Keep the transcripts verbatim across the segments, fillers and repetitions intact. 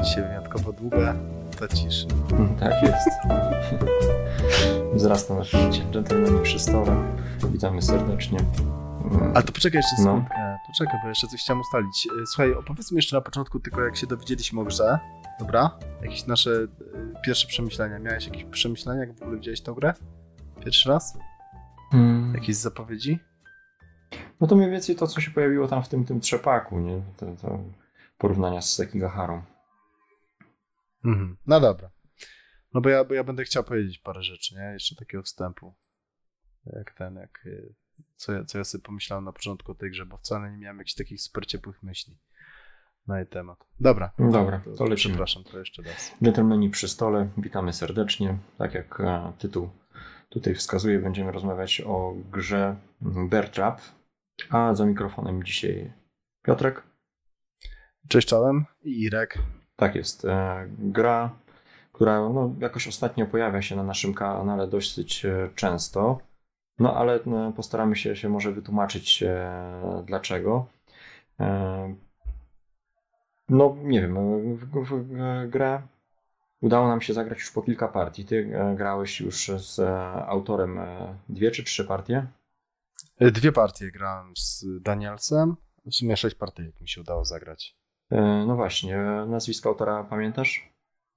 dzisiaj wyjątkowo długa ta cisza. Tak jest. Wzrasta nasz życie. Dżentelmeni przy stole. Witamy serdecznie. Ale to poczekaj jeszcze No. sekundkę. Poczekaj, bo jeszcze coś chciałem ustalić. Słuchaj, opowiedzmy jeszcze na początku tylko jak się dowiedzieliśmy o grze. Dobra? Jakieś nasze y, pierwsze przemyślenia. Miałeś jakieś przemyślenia, jak w ogóle widziałeś tę grę? Pierwszy raz? Hmm. Jakieś zapowiedzi? No to mniej więcej to, co się pojawiło tam w tym, tym trzepaku, nie? To, to porównania z Sekigaharą. Mhm. No dobra. No bo ja, bo ja będę chciał powiedzieć parę rzeczy, nie? Jeszcze takiego wstępu. Jak ten, jak... y, Co ja, co ja sobie pomyślałem na początku o tej grze, bo wcale nie miałem jakichś takich super ciepłych myśli na jej temat. Dobra. Dobra, to, to lecimy. Przepraszam, to jeszcze raz. Dżentelmeni przy stole, witamy serdecznie. Tak jak e, tytuł tutaj wskazuje, będziemy rozmawiać o grze Bear Trap, a za mikrofonem dzisiaj Piotrek. Cześć czołem i Irek. Tak jest. E, gra, która no, jakoś ostatnio pojawia się na naszym kanale dosyć e, często, no ale e, postaramy się, się może wytłumaczyć e, dlaczego. E, no nie wiem, w, w, w grę udało nam się zagrać już po kilka partii. Ty e, grałeś już z e, autorem e, dwie czy trzy partie? Dwie partie grałem z Danielsem. W sumie sześć partyjek mi się udało zagrać. E, no właśnie, e, nazwisko autora pamiętasz?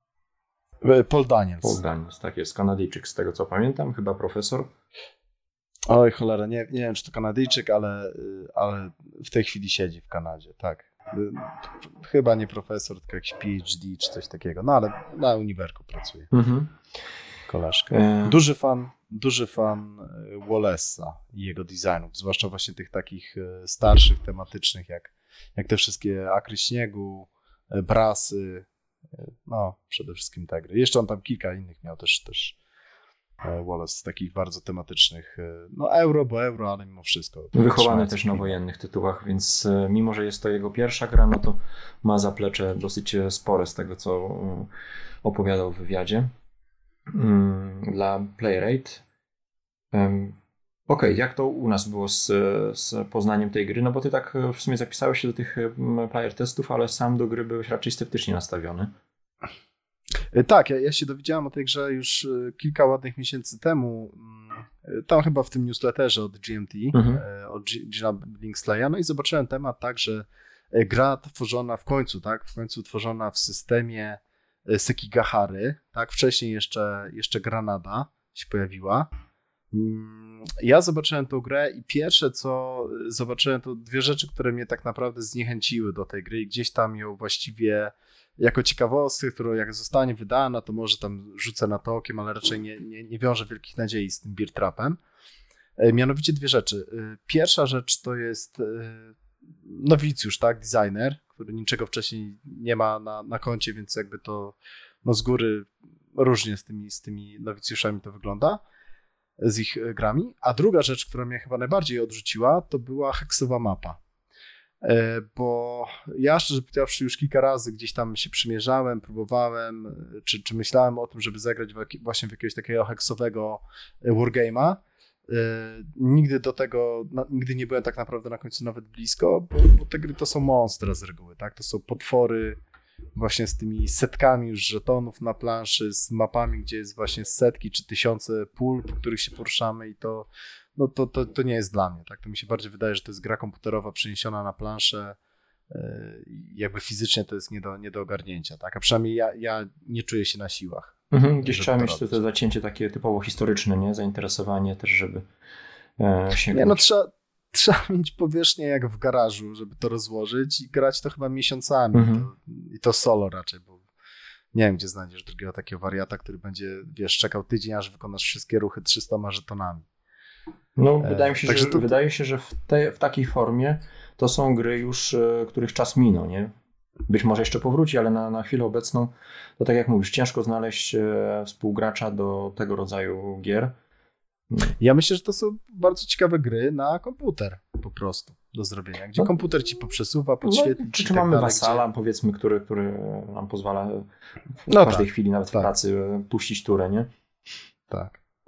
Paul Daniels. Paul Daniels, tak jest, Kanadyjczyk z tego co pamiętam, chyba profesor. Oj cholera, nie, nie wiem czy to Kanadyjczyk, ale, ale w tej chwili siedzi w Kanadzie, tak. Chyba nie profesor, tylko jakiś P H D czy coś takiego, no ale na uniwerku pracuje. Mhm. Koleżka. E, Duży fan, duży fan Wallace'a i jego designów, zwłaszcza właśnie tych takich starszych, tematycznych, jak, jak te wszystkie Akry Śniegu, Brasy, no przede wszystkim te gry. Jeszcze on tam kilka innych miał też, też Wallace z takich bardzo tematycznych, no euro, bo euro, ale mimo wszystko. Wychowany też na wojennych tytułach, więc e, mimo, że jest to jego pierwsza gra, no to ma zaplecze dosyć e, spore z tego, co e, opowiadał w wywiadzie mm, dla Playrate. Um, Okej, okay, jak to u nas było z, z poznaniem tej gry? No bo ty tak w sumie zapisałeś się do tych player testów, ale sam do gry byłeś raczej sceptycznie nastawiony. Tak, ja, ja się dowiedziałem o tej grze już kilka ładnych miesięcy temu. Tam chyba w tym newsletterze od G M T, mhm. od Gina Linksleya. No i zobaczyłem temat tak, że gra tworzona w końcu, tak, w końcu tworzona w systemie Sekigahary, tak, wcześniej jeszcze, jeszcze Granada się pojawiła. Ja zobaczyłem tą grę i pierwsze co zobaczyłem to dwie rzeczy, które mnie tak naprawdę zniechęciły do tej gry i gdzieś tam ją właściwie jako ciekawostkę, którą jak zostanie wydana, to może tam rzucę na to okiem, ale raczej nie, nie, nie wiążę wielkich nadziei z tym Bear Trapem. Mianowicie dwie rzeczy. Pierwsza rzecz to jest nowicjusz, tak, designer, który niczego wcześniej nie ma na, na koncie, więc jakby to no z góry różnie z tymi, z tymi nowicjuszami to wygląda, z ich grami. A druga rzecz, która mnie chyba najbardziej odrzuciła, to była heksowa mapa. Bo ja szczerze powiedziawszy już kilka razy gdzieś tam się przymierzałem, próbowałem, czy, czy myślałem o tym, żeby zagrać w, właśnie w jakiegoś takiego heksowego wargame'a. Nigdy do tego, no, nigdy nie byłem tak naprawdę na końcu nawet blisko, bo, bo te gry to są monstra z reguły, tak? To są potwory właśnie z tymi setkami już żetonów na planszy, z mapami, gdzie jest właśnie setki czy tysiące pól, po których się poruszamy i to no to, to, to nie jest dla mnie, tak? To mi się bardziej wydaje, że to jest gra komputerowa przeniesiona na planszę i jakby fizycznie to jest nie do, nie do ogarnięcia, tak? A przynajmniej ja, ja nie czuję się na siłach. Mhm, gdzieś trzeba mieć to, to zacięcie takie typowo historyczne, nie? Zainteresowanie też, żeby e, się... Nie, no trzeba, trzeba mieć powierzchnię jak w garażu, żeby to rozłożyć i grać to chyba miesiącami mhm. to, i to solo raczej, bo nie wiem, gdzie znajdziesz drugiego takiego wariata, który będzie, wiesz, czekał tydzień, aż wykonasz wszystkie ruchy trzystoma żetonami. No, wydaje mi się, e, że, to... wydaje się, że w, te, w takiej formie to są gry już, e, których czas minął, nie? Być może jeszcze powróci, ale na, na chwilę obecną to tak jak mówisz, ciężko znaleźć e, współgracza do tego rodzaju gier. Ja myślę, że to są bardzo ciekawe gry na komputer po prostu do zrobienia, gdzie no, komputer ci poprzesuwa, podświetli. No, czy, czy mamy Wasala, gdzie... powiedzmy, który, który nam pozwala w no każdej tak, chwili, nawet tak. w pracy, puścić turę, nie? Tak.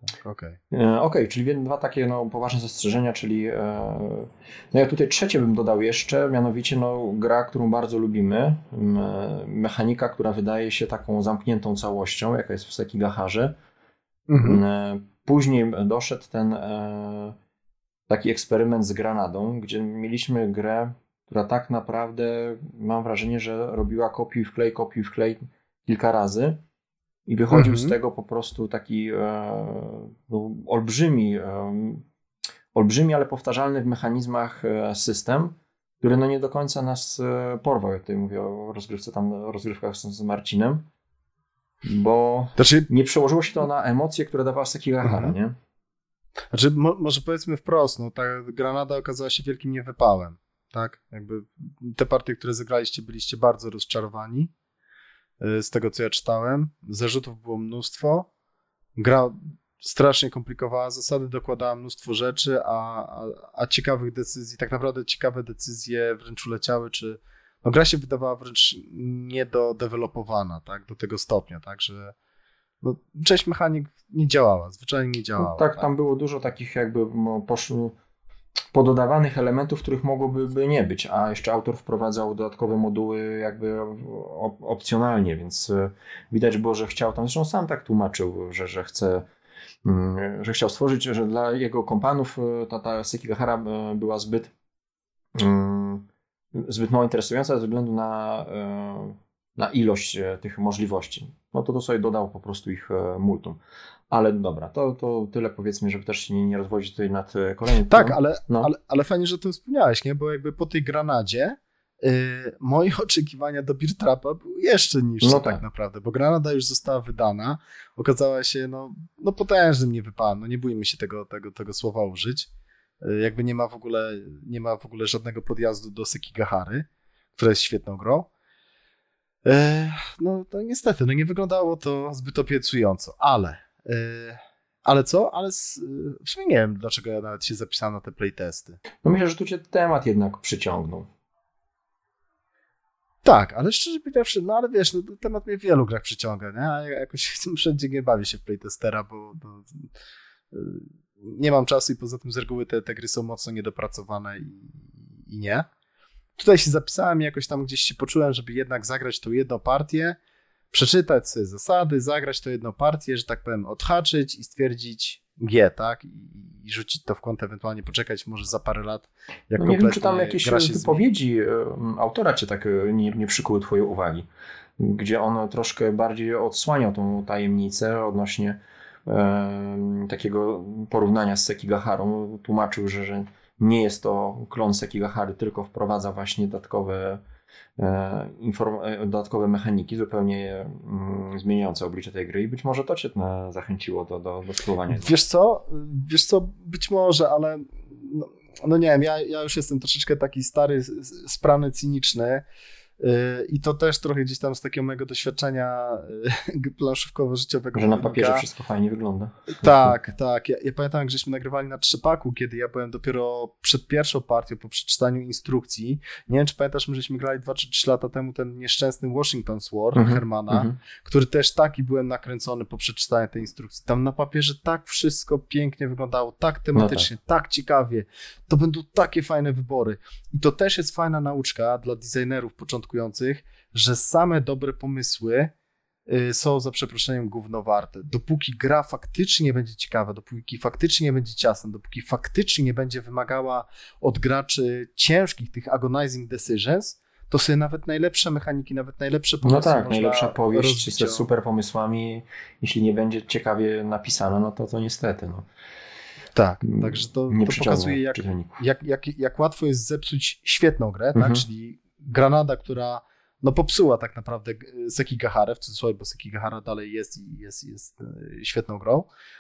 tak, okej. Okay. Okej, okay, czyli dwa takie no, poważne zastrzeżenia, czyli e, no ja tutaj trzecie bym dodał jeszcze, mianowicie no, gra, którą bardzo lubimy, me, mechanika, która wydaje się taką zamkniętą całością, jaka jest w Sekigaharze. Mhm. E, później doszedł ten e, taki eksperyment z granadą, gdzie mieliśmy grę, która tak naprawdę, mam wrażenie, że robiła kopiuj wklej, kopiuj wklej kilka razy i wychodził mhm. z tego po prostu taki e, no, olbrzymi, e, olbrzymi, ale powtarzalny w mechanizmach e, system, który no nie do końca nas e, porwał, jak tutaj mówię o rozgrywce, tam o rozgrywkach z, z Marcinem, bo znaczy... nie przełożyło się to na emocje, które dawała Sekigahara, mhm. nie? Znaczy, mo- może powiedzmy wprost, no, ta granada okazała się wielkim niewypałem, tak? Jakby te partie, które zagraliście, byliście bardzo rozczarowani, z tego, co ja czytałem. Zarzutów było mnóstwo. Gra strasznie komplikowała zasady, dokładała mnóstwo rzeczy, a, a, a ciekawych decyzji, tak naprawdę ciekawe decyzje wręcz uleciały, czy no, gra się wydawała wręcz niedodevelopowana, tak? Do tego stopnia, tak? Że no, część mechanik nie działała, zwyczajnie nie działała. No, tak, tak, tam było dużo takich jakby no, poszło pododawanych elementów, których mogłoby by nie być, a jeszcze autor wprowadzał dodatkowe moduły jakby op- opcjonalnie, więc widać było, że chciał tam, zresztą sam tak tłumaczył, że, że chce, że chciał stworzyć, że dla jego kompanów ta, ta Sekigahara była zbyt zbyt mało interesująca ze względu na, na ilość tych możliwości. No to to sobie dodał po prostu ich multum. Ale dobra, to, to tyle powiedzmy, żeby też się nie, nie rozwodzić tutaj nad kolejnym. Tak, ale, no. ale, ale fajnie, że o tym wspomniałeś, nie? Bo jakby po tej granadzie yy, moje oczekiwania do Beer Trapa były jeszcze niższe no tak. tak naprawdę, bo granada już została wydana, okazała się no, no potężnym niewypadem, no nie bójmy się tego, tego, tego słowa użyć. Yy, jakby nie ma w ogóle nie ma w ogóle żadnego podjazdu do Sekigahary, która jest świetną grą. Yy, no to niestety, no nie wyglądało to zbyt obiecująco, ale Yy, ale co? Ale z, w sumie nie wiem, dlaczego ja nawet się zapisałem na te playtesty. No myślę, że tu cię temat jednak przyciągnął. Tak, ale szczerze powiedziawszy, no ale wiesz, no, temat mnie w wielu grach przyciąga, nie? A ja jakoś wszędzie nie bawię się w playtestera, bo, bo yy, nie mam czasu i poza tym z reguły te, te gry są mocno niedopracowane i, i nie. Tutaj się zapisałem i jakoś tam gdzieś się poczułem, żeby jednak zagrać tą jedną partię, przeczytać sobie zasady, zagrać to jedną partię, że tak powiem, odhaczyć i stwierdzić G, tak? I, i rzucić to w kąt, ewentualnie poczekać może za parę lat. Jak no nie wiem, czy tam jakieś wypowiedzi zmieni. Autora cię tak nie, nie przykuły twojej uwagi, gdzie on troszkę bardziej odsłaniał tą tajemnicę odnośnie e, takiego porównania z Sekigaharą. Tłumaczył, że, że nie jest to klon Sekigahary, tylko wprowadza właśnie dodatkowe Inform- dodatkowe mechaniki zupełnie mm, zmieniające oblicze tej gry i być może to cię zachęciło do, do, do spróbowania. Wiesz co? Wiesz co? Być może, ale no, no nie wiem, ja, ja już jestem troszeczkę taki stary, sprawny, cyniczny i to też trochę gdzieś tam z takiego mojego doświadczenia planszówkowo-życiowego. Że na papierze wynika. Wszystko fajnie wygląda. Tak, tak. Ja, ja pamiętam, jak żeśmy nagrywali na trzypaku, kiedy ja byłem dopiero przed pierwszą partią, po przeczytaniu instrukcji. Nie wiem, czy pamiętasz, my żeśmy grali dwa czy trzy lata temu ten nieszczęsny Washington's War mm-hmm, Hermana, mm-hmm. który też taki byłem nakręcony po przeczytaniu tej instrukcji. Tam na papierze tak wszystko pięknie wyglądało, tak tematycznie, no tak. tak ciekawie. To będą takie fajne wybory. I to też jest fajna nauczka dla designerów początkujących, że same dobre pomysły y, są za przeproszeniem gówno warte. Dopóki gra faktycznie będzie ciekawa, dopóki faktycznie będzie ciasna, dopóki faktycznie nie będzie wymagała od graczy ciężkich tych agonizing decisions, to sobie nawet najlepsze mechaniki, nawet najlepsze pomysły no tak, najlepsza powieść ze super pomysłami, jeśli nie będzie ciekawie napisana, no to to niestety. No. Tak, także to, to pokazuje jak, jak, jak, jak łatwo jest zepsuć świetną grę, mhm. tak? Czyli granada, która no popsuła tak naprawdę Sekigaharę, w cudzysłowie, bo Sekigahara dalej jest i jest, jest świetną grą,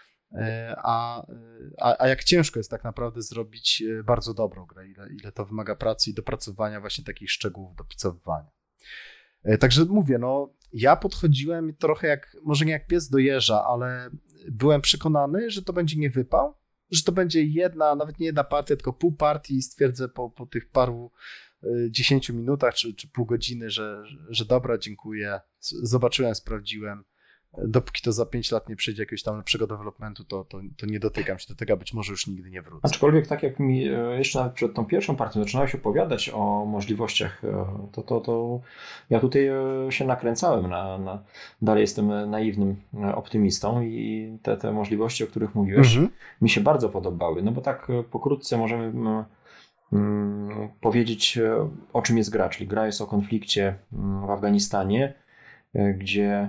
a, a, a jak ciężko jest tak naprawdę zrobić bardzo dobrą grę, ile, ile to wymaga pracy i dopracowania właśnie takich szczegółów, dopicowywania. Także mówię, no ja podchodziłem trochę jak, może nie jak pies do jeża, ale byłem przekonany, że to będzie nie wypał, że to będzie jedna, nawet nie jedna partia, tylko pół partii i stwierdzę po, po tych paru dziesięciu minutach czy, czy pół godziny, że, że dobra, dziękuję, zobaczyłem, sprawdziłem, dopóki to za pięć lat nie przyjdzie jakiegoś tam lepszego developmentu, to, to, to nie dotykam się do tego, a być może już nigdy nie wrócę. Aczkolwiek tak jak mi jeszcze nawet przed tą pierwszą partią zaczynałeś opowiadać o możliwościach, to, to, to ja tutaj się nakręcałem, na, na, dalej jestem naiwnym optymistą i te, te możliwości, o których mówiłeś, mhm. mi się bardzo podobały, no bo tak pokrótce możemy mm, powiedzieć, o czym jest gra, czyli gra jest o konflikcie w Afganistanie, gdzie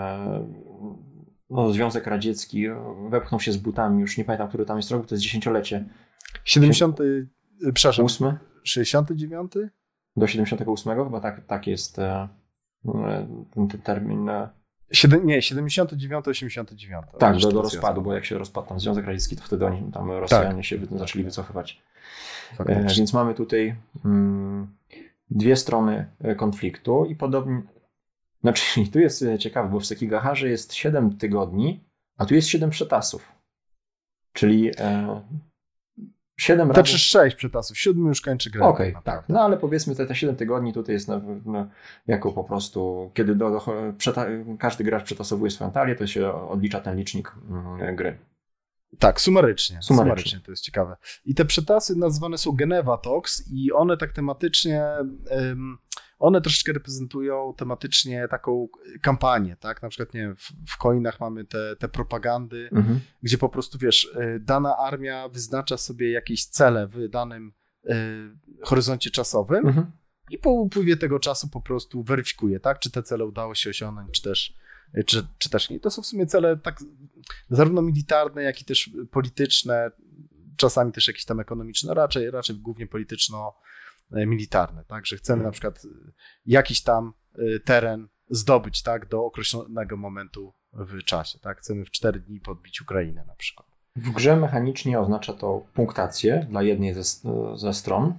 no, Związek Radziecki wepchnął się z butami, już nie pamiętam, który tam jest rok, to jest dziesięciolecie. siedemdziesiąty, przepraszam, ósmy? sześćdziesiąty dziewiąty? Do siedemdziesiątego ósmego chyba tak, tak jest ten, ten termin. Siedem, nie, siedemdziesiąty dziewiąty osiemdziesiąty dziewiąty. Tak, do, do rozpadu, bo jak się rozpadł tam Związek Radziecki, to wtedy oni tam Rosjanie tak. się wy, zaczęli wycofywać. E, więc mamy tutaj mm, dwie strony konfliktu i podobnie. Znaczy, tu jest ciekawe, bo w Sekigaharze jest siedem tygodni, a tu jest siedem przetasów. Czyli e, siedem razy... Znaczy sześć przetasów, siódmy już kończy grę. Okej, okay, tak. No ale powiedzmy te, te siedem tygodni tutaj jest na, na, jako po prostu, kiedy do, do, przeta, każdy gracz przetasowuje swoją talię, to się odlicza ten licznik mm, gry. Tak, sumarycznie, sumarycznie. Sumarycznie, to jest ciekawe. I te przetasy nazywane są Geneva Talks i one tak tematycznie... Um, One troszeczkę reprezentują tematycznie taką kampanię, tak? Na przykład, nie wiem, w, w coinach mamy te, te propagandy, mhm. gdzie po prostu, wiesz, dana armia wyznacza sobie jakieś cele w danym y, horyzoncie czasowym mhm. i po upływie tego czasu po prostu weryfikuje, tak? Czy te cele udało się osiągnąć, czy też, czy, czy też nie. To są w sumie cele tak zarówno militarne, jak i też polityczne, czasami też jakieś tam ekonomiczne, raczej, raczej głównie polityczno militarne, tak, że chcemy na przykład jakiś tam teren zdobyć, tak, do określonego momentu w czasie, tak, chcemy w cztery dni podbić Ukrainę na przykład. W grze mechanicznie oznacza to punktację dla jednej ze, ze stron,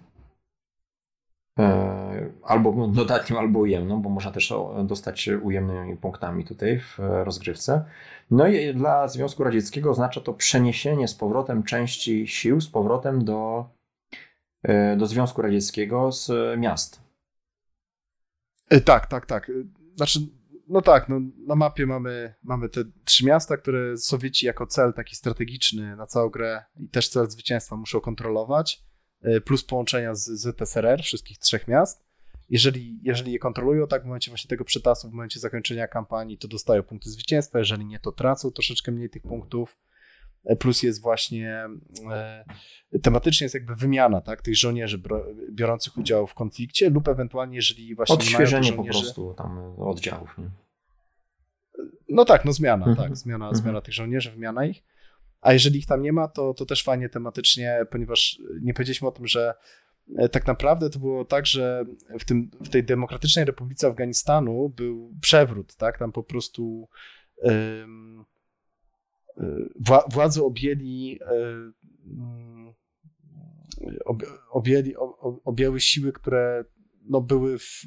albo dodatnią, albo ujemną, bo można też dostać ujemnymi punktami tutaj w rozgrywce. No i dla Związku Radzieckiego oznacza to przeniesienie z powrotem części sił z powrotem do do Związku Radzieckiego z miast. Tak, tak, tak. Znaczy, no tak, no, na mapie mamy, mamy te trzy miasta, które Sowieci jako cel taki strategiczny na całą grę i też cel zwycięstwa muszą kontrolować, plus połączenia z Z T S R R, wszystkich trzech miast. Jeżeli, jeżeli je kontrolują, tak w momencie właśnie tego przetasu, w momencie zakończenia kampanii, to dostają punkty zwycięstwa, jeżeli nie, to tracą troszeczkę mniej tych punktów. Plus jest właśnie e, tematycznie jest jakby wymiana, tak, tych żołnierzy bro, biorących udział w konflikcie lub ewentualnie jeżeli właśnie odświeżenie nie mają żołnierzy... po prostu tam oddziałów. Nie? No tak, no zmiana, mhm. tak, zmiana, mhm. zmiana tych żołnierzy, wymiana ich. A jeżeli ich tam nie ma, to, to też fajnie tematycznie, ponieważ nie powiedzieliśmy o tym, że tak naprawdę to było tak, że w, tym, w tej Demokratycznej Republice Afganistanu był przewrót, tak, tam po prostu ym, Władze objęli, objęli, objęły siły, które no były w,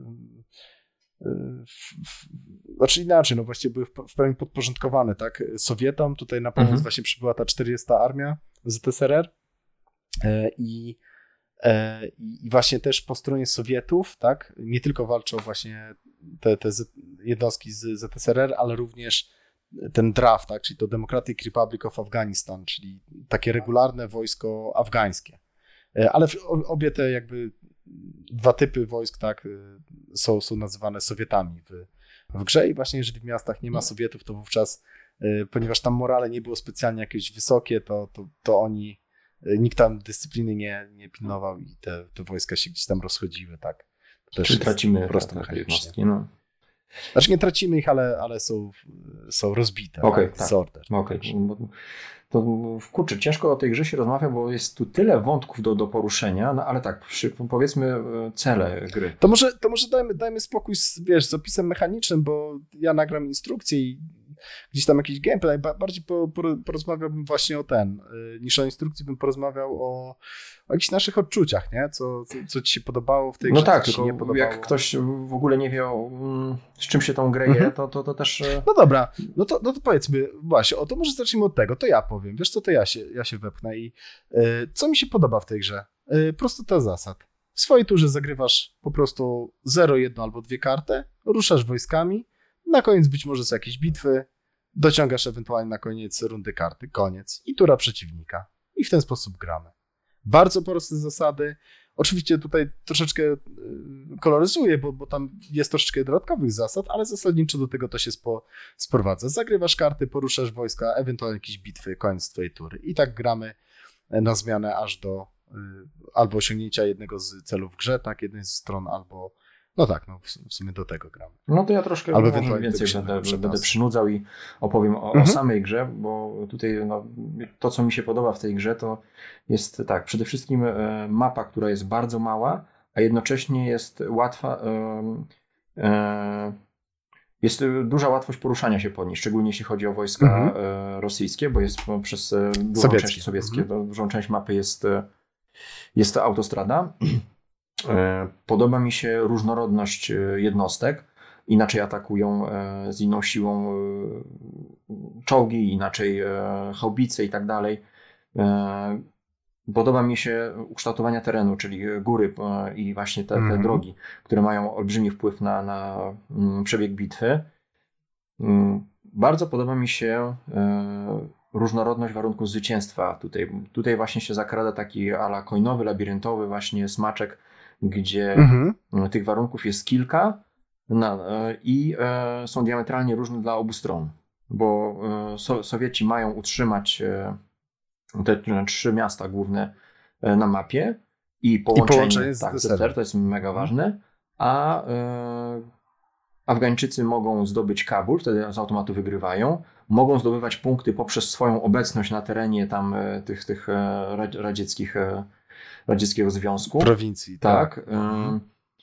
w, w, znaczy inaczej, no właściwie były w, w pełni podporządkowane, tak, Sowietom. Tutaj na pomoc mhm. właśnie przybyła ta czterdziesta armia Z T S R R i, i właśnie też po stronie Sowietów, tak, nie tylko walczą właśnie te, te jednostki z Z T S R R, ale również ten D R A F, tak, czyli to Democratic Republic of Afghanistan, czyli takie regularne wojsko afgańskie. Ale obie te jakby dwa typy wojsk, tak, są, są nazywane Sowietami w, w grze i właśnie jeżeli w miastach nie ma Sowietów, to wówczas, ponieważ tam morale nie było specjalnie jakieś wysokie, to, to, to oni, nikt tam dyscypliny nie, nie pilnował i te, te wojska się gdzieś tam rozchodziły, tak. To też tracimy po prostu mechanicznie. No. Znaczy nie tracimy ich, ale, ale są, są rozbite. Okej, tak. tak. Sorter. Okay. To w kurczę, ciężko o tej grze się rozmawia, bo jest tu tyle wątków do, do poruszenia, no ale tak, przy, powiedzmy cele gry. To może, to może dajmy, dajmy spokój z, wiesz, z opisem mechanicznym, bo ja nagram instrukcję i gdzieś tam jakiś gameplay, bardziej po, po, porozmawiałbym właśnie o ten, niż o instrukcji bym porozmawiał o, o jakichś naszych odczuciach, nie? Co, co, co ci się podobało w tej no grze, tak, co ci nie podobało. Jak ktoś w ogóle nie wie, z czym się tą grę je, mhm. to, to, to też... No dobra, no to, no to powiedzmy, właśnie, o to może zacznijmy od tego, to ja powiem, wiesz co, to ja się, ja się wepchnę i y, co mi się podoba w tej grze? Y, prostota zasad. W swojej turze zagrywasz po prostu zero, jedno albo dwie kartę, ruszasz wojskami, na koniec być może są jakieś bitwy, dociągasz ewentualnie na koniec rundy karty, koniec i tura przeciwnika. I w ten sposób gramy. Bardzo proste zasady. Oczywiście tutaj troszeczkę koloryzuję, bo, bo tam jest troszeczkę dodatkowych zasad, ale zasadniczo do tego to się spo, sprowadza. Zagrywasz karty, poruszasz wojska, ewentualnie jakieś bitwy, koniec twojej tury. I tak gramy na zmianę aż do y, albo osiągnięcia jednego z celów w grze, tak, jednej z stron, albo no tak, no w, w sumie do tego gramy. No to ja troszkę albo może więcej będę, będę przynudzał i opowiem o, mhm. o samej grze, bo tutaj no, to, co mi się podoba w tej grze, to jest tak, przede wszystkim e, mapa, która jest bardzo mała, a jednocześnie jest łatwa, e, e, jest duża łatwość poruszania się po niej, szczególnie jeśli chodzi o wojska mhm. e, rosyjskie, bo jest przez e, dużą sowieckie. część sowieckie, mhm. dużą część mapy jest, jest to autostrada. Podoba mi się różnorodność jednostek. Inaczej atakują z inną siłą czołgi, inaczej haubice i tak dalej. Podoba mi się ukształtowania terenu, czyli góry i właśnie te, te mm. drogi, które mają olbrzymi wpływ na, na przebieg bitwy. Bardzo podoba mi się różnorodność warunków zwycięstwa. Tutaj, tutaj właśnie się zakrada taki ala coinowy, labiryntowy właśnie smaczek, gdzie mm-hmm. tych warunków jest kilka na, i e, są diametralnie różne dla obu stron, bo e, so, Sowieci mają utrzymać e, te trzy miasta główne e, na mapie i połączenie, I połączenie z tak, Z S R, to jest mega ważne, a e, Afgańczycy mogą zdobyć Kabul, wtedy z automatu wygrywają, mogą zdobywać punkty poprzez swoją obecność na terenie tam e, tych, tych e, radzieckich e, Radzieckiego Związku. Prowincji, tak. tak. Mhm.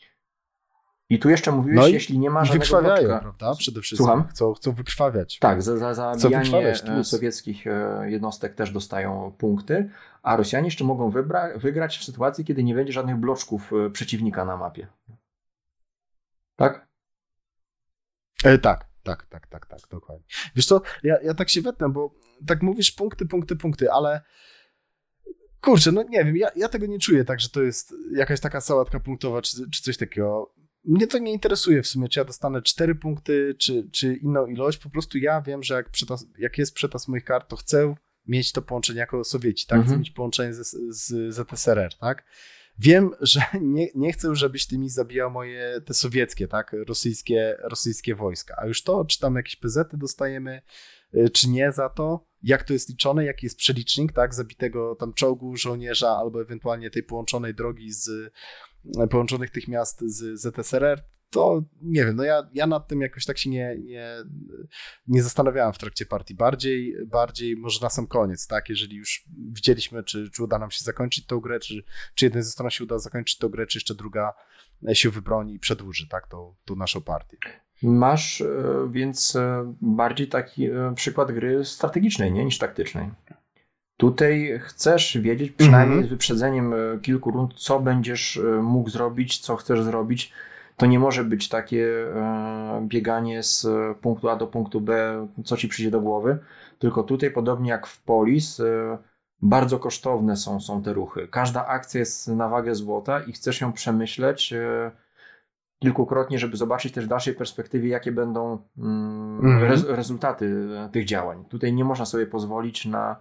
I tu jeszcze mówiłeś, no jeśli nie ma żadnego wykrwawiają, bloczka. prawda? Przede wszystkim. Słucham? Chcą, chcą wykrwawiać. Tak, za, za zabijanie sowieckich jednostek też dostają punkty, a Rosjanie jeszcze mogą wybra- wygrać w sytuacji, kiedy nie będzie żadnych bloczków przeciwnika na mapie. Tak? E, tak, tak, tak, tak, tak, dokładnie. Wiesz co, ja, ja tak się wetnę, bo tak mówisz punkty, punkty, punkty, ale kurczę, no nie wiem, ja, ja tego nie czuję tak, że to jest jakaś taka sałatka punktowa, czy, czy coś takiego. Mnie to nie interesuje w sumie, czy ja dostanę cztery punkty, czy, czy inną ilość. Po prostu ja wiem, że jak, przetas, jak jest przetas moich kart, to chcę mieć to połączenie jako Sowieci, tak? Mhm. Chcę mieć połączenie z, z Z S R R, tak? Wiem, że nie, nie chcę, żebyś ty mi zabijał moje te sowieckie, tak? Rosyjskie, rosyjskie wojska. A już to, czy tam jakieś P Z-y dostajemy, czy nie za to, jak to jest liczone, jaki jest przelicznik, tak? Zabitego tam czołgu, żołnierza, albo ewentualnie tej połączonej drogi z połączonych tych miast z Z S R R, to nie wiem, no ja, ja nad tym jakoś tak się nie, nie, nie zastanawiałem w trakcie partii. Bardziej, bardziej może na sam koniec, tak? Jeżeli już widzieliśmy, czy, czy uda nam się zakończyć tę grę, czy, czy jednej ze stron się uda zakończyć tę grę, czy jeszcze druga się wybroni i przedłuży, tak? Tą, tą naszą partię. Masz więc bardziej taki przykład gry strategicznej, nie? Niż taktycznej. Tutaj chcesz wiedzieć przynajmniej mm-hmm. z wyprzedzeniem kilku rund, co będziesz mógł zrobić, co chcesz zrobić. To nie może być takie e, bieganie z punktu A do punktu B, co ci przyjdzie do głowy, tylko tutaj podobnie jak w Polis, e, bardzo kosztowne są, są te ruchy. Każda akcja jest na wagę złota i chcesz ją przemyśleć e, kilkukrotnie, żeby zobaczyć też w dalszej perspektywie, jakie będą mm, mm-hmm. rez, rezultaty tych działań. Tutaj nie można sobie pozwolić na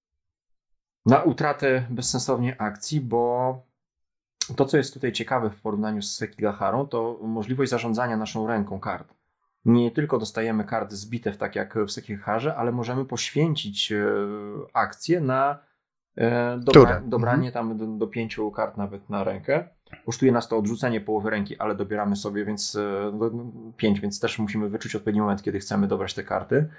na utratę bezsensownie akcji, bo to, co jest tutaj ciekawe w porównaniu z Sekigaharą, to możliwość zarządzania naszą ręką kart. Nie tylko dostajemy karty zbite tak jak w Sekigaharze, ale możemy poświęcić e, akcję na e, dobra, dobranie mhm. tam do, do pięciu kart nawet na rękę. Kosztuje nas to odrzucenie połowy ręki, ale dobieramy sobie więc e, do, pięć, więc też musimy wyczuć odpowiedni moment, kiedy chcemy dobrać te karty.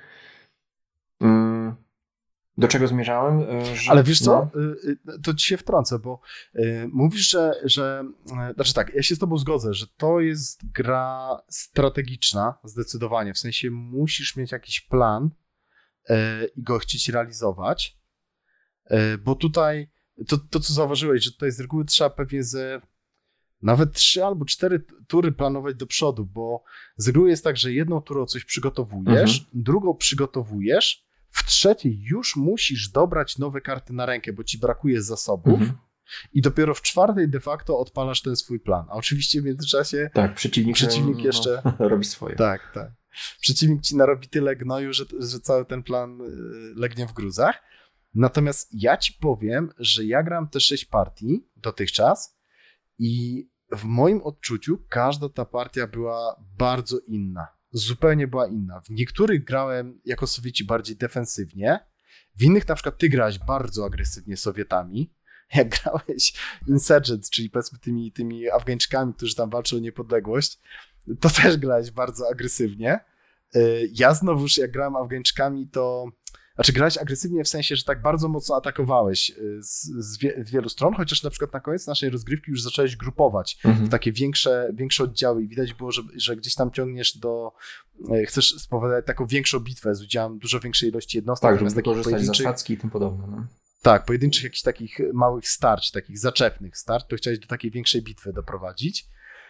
Mm. Do czego zmierzałem? Że, Ale wiesz co, no. to ci się wtrącę, bo y, mówisz, że, że y, znaczy tak, ja się z tobą zgodzę, że to jest gra strategiczna zdecydowanie, w sensie musisz mieć jakiś plan y, i go chcieć realizować, y, bo tutaj to, to, co zauważyłeś, że tutaj z reguły trzeba pewnie ze nawet trzy albo cztery tury planować do przodu, bo z reguły jest tak, że jedną turą coś przygotowujesz, mhm. drugą przygotowujesz, w trzeciej już musisz dobrać nowe karty na rękę, bo ci brakuje zasobów mhm. i dopiero w czwartej de facto odpalasz ten swój plan. A oczywiście w międzyczasie tak, przeciwnik, przeciwnik no, jeszcze robi swoje. Tak, tak. Przeciwnik ci narobi tyle gnoju, że, że cały ten plan legnie w gruzach. Natomiast ja ci powiem, że ja gram te sześć partii dotychczas i w moim odczuciu każda ta partia była bardzo inna. Zupełnie była inna. W niektórych grałem jako Sowieci bardziej defensywnie, w innych na przykład ty grałeś bardzo agresywnie Sowietami. Jak grałeś Insurgents, czyli powiedzmy tymi, tymi Afgańczykami, którzy tam walczą o niepodległość, to też grałeś bardzo agresywnie. Ja znowuż jak grałem Afgańczykami, to znaczy grałeś agresywnie w sensie, że tak bardzo mocno atakowałeś z, z, wie, z wielu stron, chociaż na przykład na koniec naszej rozgrywki już zacząłeś grupować mhm. w takie większe, większe oddziały i widać było, że, że gdzieś tam ciągniesz do, chcesz spowodować taką większą bitwę z udziałem dużo większej ilości jednostek. Tak, żeby wykorzystać zasadzki i tym podobne. No. Tak, pojedynczych jakichś takich małych starć, takich zaczepnych starć, to chciałeś do takiej większej bitwy doprowadzić.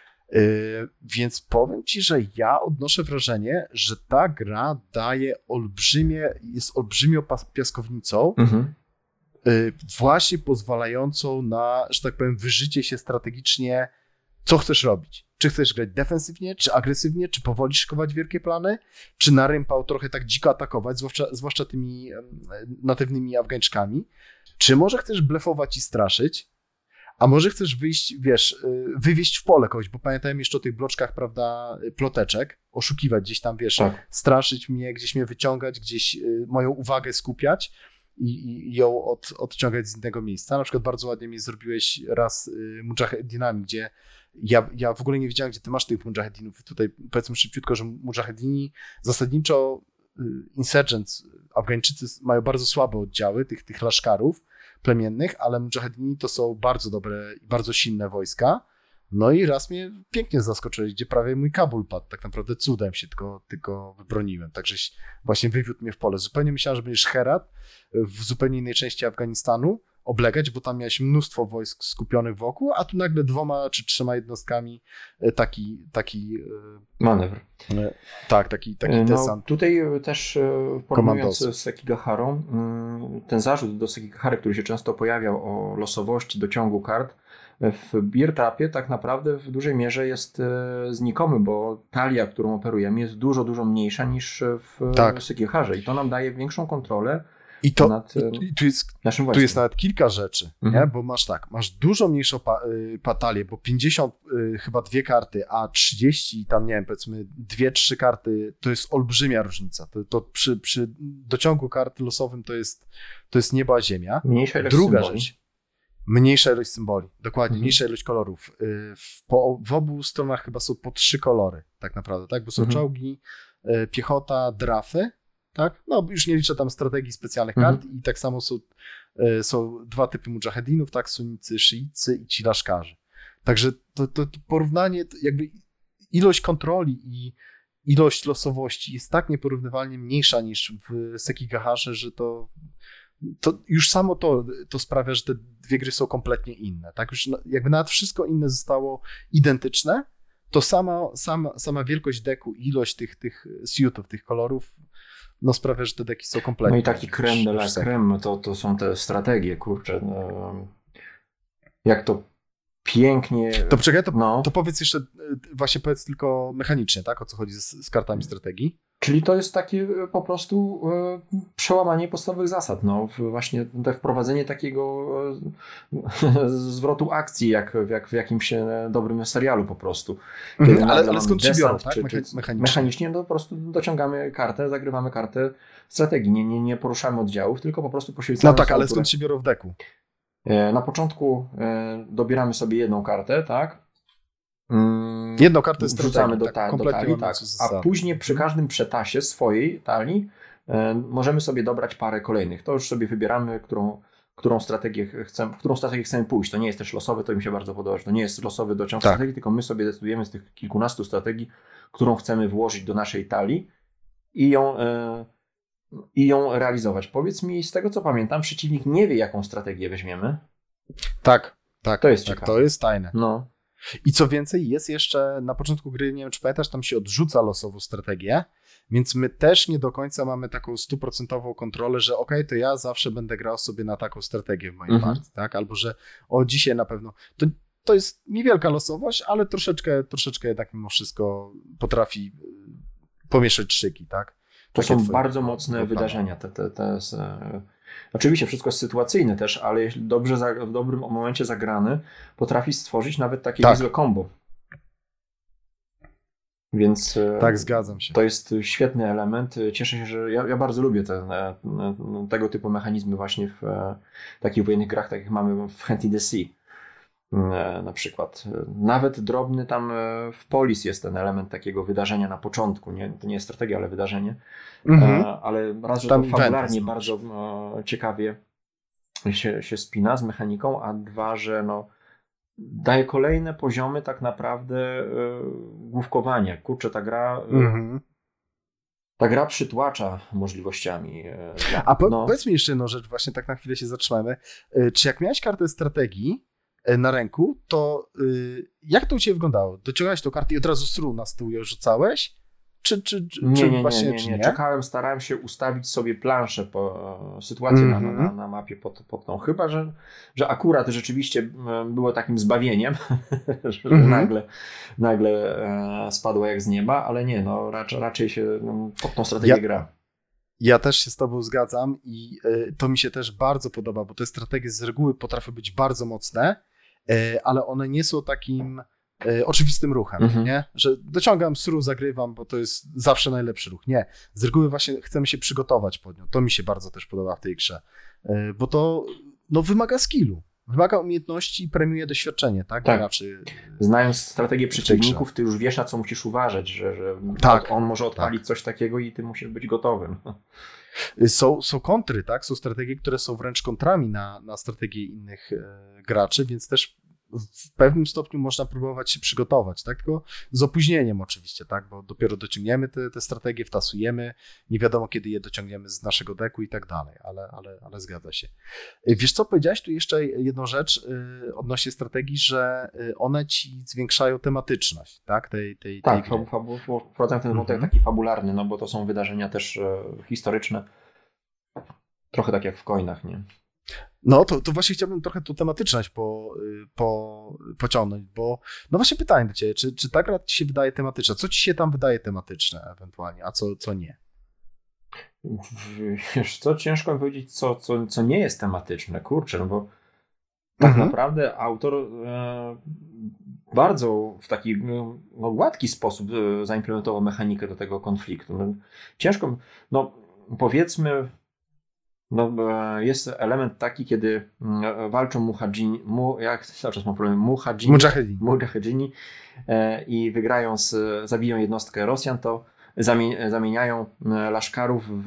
Yy, więc powiem ci, że ja odnoszę wrażenie, że ta gra daje olbrzymie, jest olbrzymią piaskownicą, mhm. yy, właśnie pozwalającą na, że tak powiem, wyżycie się strategicznie, co chcesz robić. Czy chcesz grać defensywnie, czy agresywnie, czy powoli szykować wielkie plany, czy na rympał trochę tak dziko atakować, zwłaszcza, zwłaszcza tymi natywnymi Afgańczykami, czy może chcesz blefować i straszyć, a może chcesz wyjść, wiesz, wywieźć w pole kogoś, bo pamiętajmy jeszcze o tych bloczkach, prawda, ploteczek, oszukiwać gdzieś tam, wiesz, tak. straszyć mnie, gdzieś mnie wyciągać, gdzieś moją uwagę skupiać i, i ją od, odciągać z innego miejsca. Na przykład bardzo ładnie mi zrobiłeś raz y, mudżahedinami, gdzie ja, ja w ogóle nie wiedziałem, gdzie ty masz tych mudżahedinów. Tutaj powiedzmy szybciutko, że mudżahedini zasadniczo y, insurgents, Afgańczycy mają bardzo słabe oddziały tych, tych laszkarów plemiennych, ale mudżahedini to są bardzo dobre i bardzo silne wojska. No i raz mnie pięknie zaskoczyłeś, gdzie prawie mój Kabul padł. Tak naprawdę cudem się tylko, tylko wybroniłem. Także właśnie wywiódł mnie w pole. Zupełnie myślałem, że będziesz Herat w zupełnie innej części Afganistanu oblegać, bo tam miałeś mnóstwo wojsk skupionych wokół, a tu nagle dwoma czy trzema jednostkami taki... taki manewr. Tak, taki, taki no, desant. Tutaj też porównując z Sekigaharą, ten zarzut do Sekigahary, który się często pojawiał o losowości dociągu kart, w Beer Trapie tak naprawdę w dużej mierze jest znikomy, bo talia, którą operujemy, jest dużo, dużo mniejsza niż w tak. Sekigaharze i to nam daje większą kontrolę I to nad i tu, jest, naszym tu jest nawet kilka rzeczy, mhm. nie? Bo masz tak, masz dużo mniejszą pa, y, patalię, bo pięćdziesiąt y, chyba dwie karty, a trzydzieści tam nie wiem, powiedzmy dwie, trzy karty, to jest olbrzymia różnica. To, to przy, przy dociągu kart losowym to jest, to jest nieba a ziemia. Mniejsza ilość Druga symboli. rzecz. Mniejsza ilość symboli, dokładnie, mhm. mniejsza ilość kolorów. Y, w, po, w obu stronach chyba są po trzy kolory, tak naprawdę, tak? Bo są mhm. czołgi, y, piechota, drafy. Tak? No już nie liczę tam strategii specjalnych kart mhm. i tak samo są, y, są dwa typy mudżahedinów, tak, sunnicy, szyicy i ci laszkarzy. Także to, to, to porównanie, to jakby ilość kontroli i ilość losowości jest tak nieporównywalnie mniejsza niż w Sekigaharze, że to, to już samo to, to sprawia, że te dwie gry są kompletnie inne. Tak? Już jakby nawet wszystko inne zostało identyczne, to sama, sama, sama wielkość deku i ilość tych, tych suitów, tych kolorów no sprawia, że te deki są kompletnie... No i taki creme de la creme, to, to są te strategie, kurczę. No, jak to pięknie... To poczekaj, to, no. to powiedz jeszcze, właśnie powiedz tylko mechanicznie, tak? O co chodzi z, z kartami strategii? Czyli to jest takie po prostu e, przełamanie podstawowych zasad. No, właśnie to wprowadzenie takiego e, zwrotu akcji, jak, jak w jakimś dobrym serialu po prostu. Kiedy mhm, ale ale skąd się biorą, tak? Czy, czy mechanicznie? Mechanicznie no, po prostu dociągamy kartę, zagrywamy kartę strategii. Nie, nie, nie poruszamy oddziałów, tylko po prostu poświęcamy... No tak, ale skąd się biorą w deku? E, na początku e, dobieramy sobie jedną kartę, tak? Jedną kartę wrzucamy do, tak, ta, do talii, tak. A później przy każdym przetasie swojej talii e, możemy sobie dobrać parę kolejnych. To już sobie wybieramy, którą, którą, strategię chcemy, w którą strategię chcemy pójść. To nie jest też losowe, to mi się bardzo podoba, że to nie jest losowy dociąg tak. strategii, tylko my sobie decydujemy z tych kilkunastu strategii, którą chcemy włożyć do naszej talii i ją, e, i ją realizować. Powiedz mi, z tego co pamiętam, przeciwnik nie wie, jaką strategię weźmiemy. Tak, tak. To jest tak, ciekawe. To jest tajne. No. I co więcej, jest jeszcze na początku gry, nie wiem czy pamiętasz, tam się odrzuca losową strategię, więc my też nie do końca mamy taką stuprocentową kontrolę, że okej, okay, to ja zawsze będę grał sobie na taką strategię w mojej mhm. partii, tak? Albo że o dzisiaj na pewno. To, to jest niewielka losowość, ale troszeczkę, troszeczkę jednak mimo wszystko potrafi pomieszać szyki, tak? To Takie są twoje, bardzo mocne wydarzenia. Te, te, te, te, oczywiście wszystko jest sytuacyjne też, ale jeśli dobrze, w dobrym momencie zagrany, potrafi stworzyć nawet takie tak. niezłe combo. Więc tak, zgadzam się. To jest świetny element. Cieszę się, że ja, ja bardzo lubię te, tego typu mechanizmy właśnie w takich wojennych grach, tak jak mamy w Hand in the Sea na przykład. Nawet drobny tam w Polis jest ten element takiego wydarzenia na początku. Nie, to nie jest strategia, ale wydarzenie. Mhm. Ale raz, że tam to fabularnie bardzo ciekawie się, się spina z mechaniką, a dwa, że no daje kolejne poziomy tak naprawdę yy, główkowania. Kurczę, ta gra yy, mm-hmm. ta gra przytłacza możliwościami. Yy, A po, no. powiedz mi jeszcze jedną rzecz, właśnie tak na chwilę się zatrzymamy. Yy, czy jak miałeś kartę strategii yy, na ręku, to yy, jak to u Ciebie wyglądało? Dociągałeś tą kartę i od razu stru na stół ją rzucałeś? Czy, czy, czy, nie, czy nie, właśnie, nie, nie, czy nie. nie? Czekałem, starałem się ustawić sobie planszę, po, sytuację mm-hmm. na, na, na mapie pod, pod tą. Chyba, że, że akurat rzeczywiście było takim zbawieniem, że mm-hmm. nagle, nagle e, spadło jak z nieba, ale nie, no raczej, raczej się no, pod tą strategię ja, gra. Ja też się z Tobą zgadzam i y, to mi się też bardzo podoba, bo te strategie z reguły potrafią być bardzo mocne, y, ale one nie są takim y, oczywistym ruchem, mhm. nie? Że dociągam sru, zagrywam, bo to jest zawsze najlepszy ruch. Nie, z reguły właśnie chcemy się przygotować pod nią. To mi się bardzo też podoba w tej grze, y, bo to no, wymaga skillu, wymaga umiejętności i premiuje doświadczenie, tak? tak. Graczy, Znając strategię przeciwników, ty już wiesz, na co musisz uważać, że, że tak, on może odpalić tak. coś takiego i ty musisz być gotowym. Są, są kontry, tak? Są strategie, które są wręcz kontrami na, na strategie innych e, graczy, więc też w pewnym stopniu można próbować się przygotować, tak? Tylko z opóźnieniem oczywiście, tak? Bo dopiero dociągniemy te, te strategie, wtasujemy, nie wiadomo kiedy je dociągniemy z naszego deku i tak dalej, ale, ale, ale zgadza się. Wiesz co, powiedziałeś tu jeszcze jedną rzecz yy, odnośnie strategii, że one ci zwiększają tematyczność, tak? Tej, tej, tak, tej wprowadzają ten wątek taki fabularny, no bo to są wydarzenia też e, historyczne, trochę tak jak w coinach, nie? No, to, to właśnie chciałbym trochę tu tematyczność po, po, pociągnąć, bo no właśnie pytanie do Ciebie, czy, czy ta gra Ci się wydaje tematyczna? Co Ci się tam wydaje tematyczne ewentualnie, a co, co nie? Wiesz co, ciężko mi powiedzieć, co, co, co nie jest tematyczne, kurczę, no bo tak mhm. naprawdę autor e, bardzo w taki no, no, gładki sposób e, zaimplementował mechanikę do tego konfliktu. No, ciężko, no powiedzmy, no, jest element taki, kiedy walczą muhadżini, mu, jak cały czas mam problem, muhadżini, mujahedini e, i wygrają, z, zabiją jednostkę Rosjan, to zamie, zamieniają laszkarów w,